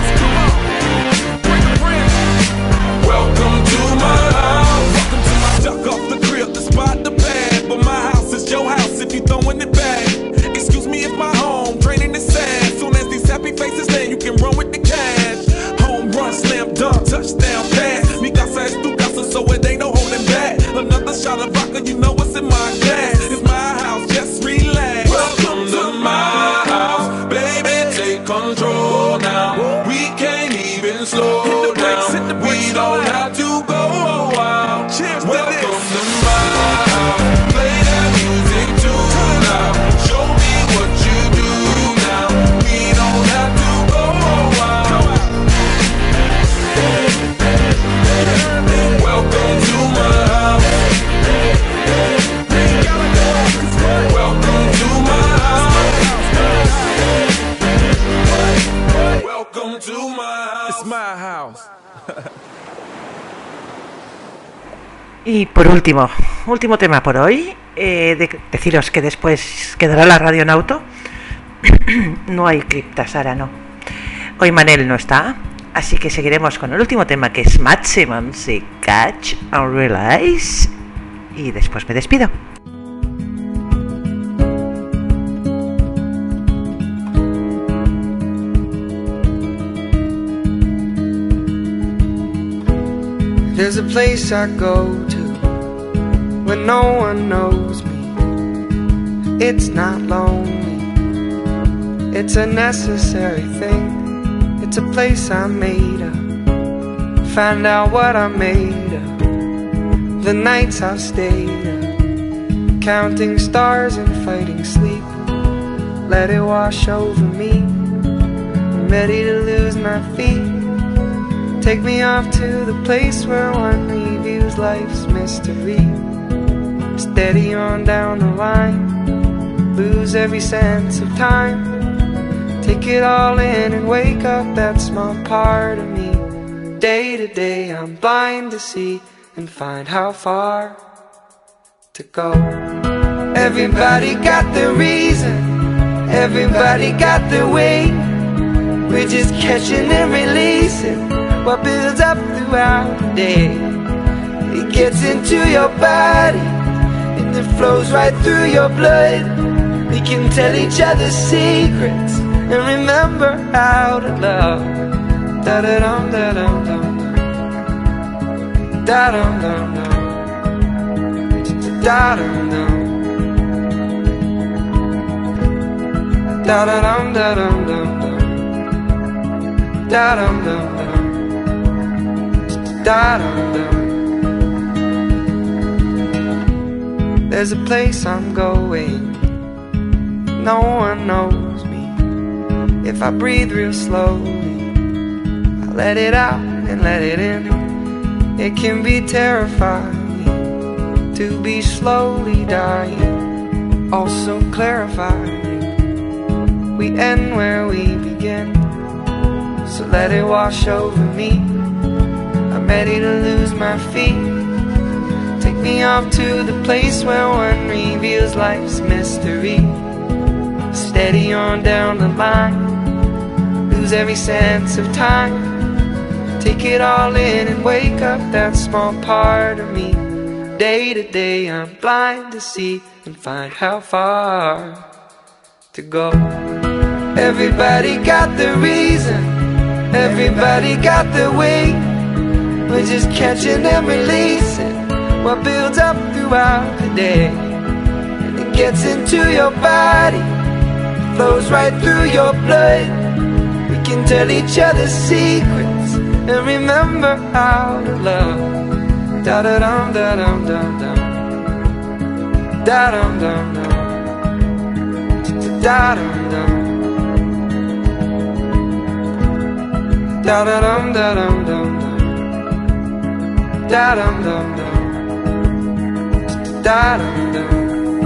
Welcome to my house. Welcome to my duck off the crib, the spot, the bag. But my house is your house if you throwing it back. Excuse me if my home draining is sad. Soon as these happy faces land, you can run with the cash. Home run, slam dunk, touchdown pass. Mi casa es tu casa, so it ain't no holding back. Another shot of vodka, you know what's in my glass. It's my house, just relax. Welcome to my house, baby, take control now. We can't even slow down, we don't have to go a while. Welcome to my house, play that music too loud. Show me what you do now, we don't have to go a while. Welcome to my house. Welcome to my house. Welcome to my house. It's my house. Y por último, último tema por hoy, eh, de, deciros que después quedará la radio en auto. No hay cripta, Sara, no. Hoy Manel no está, así que seguiremos con el último tema, que es Matt Simmons y Catch and Realize. Y después me despido. There's a place I go to when no one knows me. It's not lonely, it's a necessary thing. It's a place I made up, find out what I'm made of. The nights I've stayed up, counting stars and fighting sleep. Let it wash over me, I'm ready to lose my feet. Take me off to the place where one reviews life's mystery. Steady on down the line, lose every sense of time. Take it all in and wake up that small part of me. Day to day I'm blind to see and find how far to go. Everybody got their reason, everybody got their way. We're just catching and releasing what builds up throughout the day. It gets into your body and it flows right through your blood. We can tell each other secrets and remember how to love. Da da dum da dum dum da dum dum dum da dum dum. Da da dum da dum dum dum. Da dum dum dum. Da dum dum. There's a place I'm going. No one knows me. If I breathe real slowly, I let it out and let it in. It can be terrifying to be slowly dying, also clarifying. We end where we begin, so let it wash over me. I'm ready to lose my feet. Take me off to the place where one reveals life's mystery. Steady on down the line, lose every sense of time. Take it all in and wake up that small part of me. Day to day I'm blind to see and find how far to go. Everybody got the reason, everybody got the way. We're just catching and releasing what builds up throughout the day. And it gets into your body, flows right through your blood. We can tell each other secrets and remember how to love. Da da dum da dum dum dum. Da dum dum dum. Da dum dum. Da da dum da dum dum dum. Da dum dum dum. Da dum dum.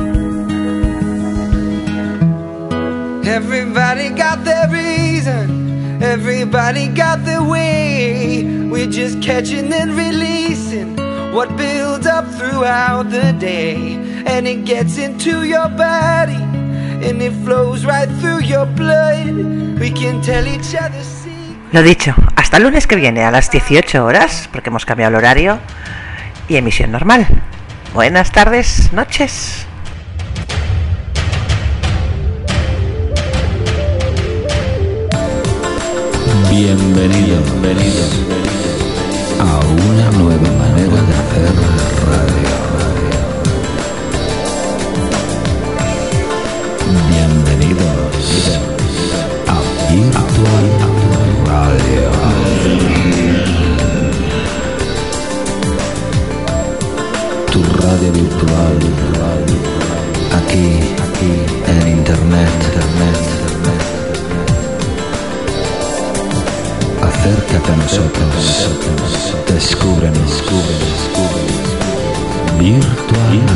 Everybody got their reason, everybody got their way. We're just catching and releasing what builds up throughout the day. And it gets into your body, and it flows right through your blood. We can tell each other. Lo dicho, hasta el lunes que viene a las dieciocho horas, porque hemos cambiado el horario, y emisión normal. Buenas tardes, noches. Bienvenido, bienvenido a una nueva manera de hacer radio. Bienvenidos a Virtual Radio. Tu radio virtual, aquí, aquí en internet, internet. Acércate a nosotros, descúbrenos, descubre, descubre. Virtual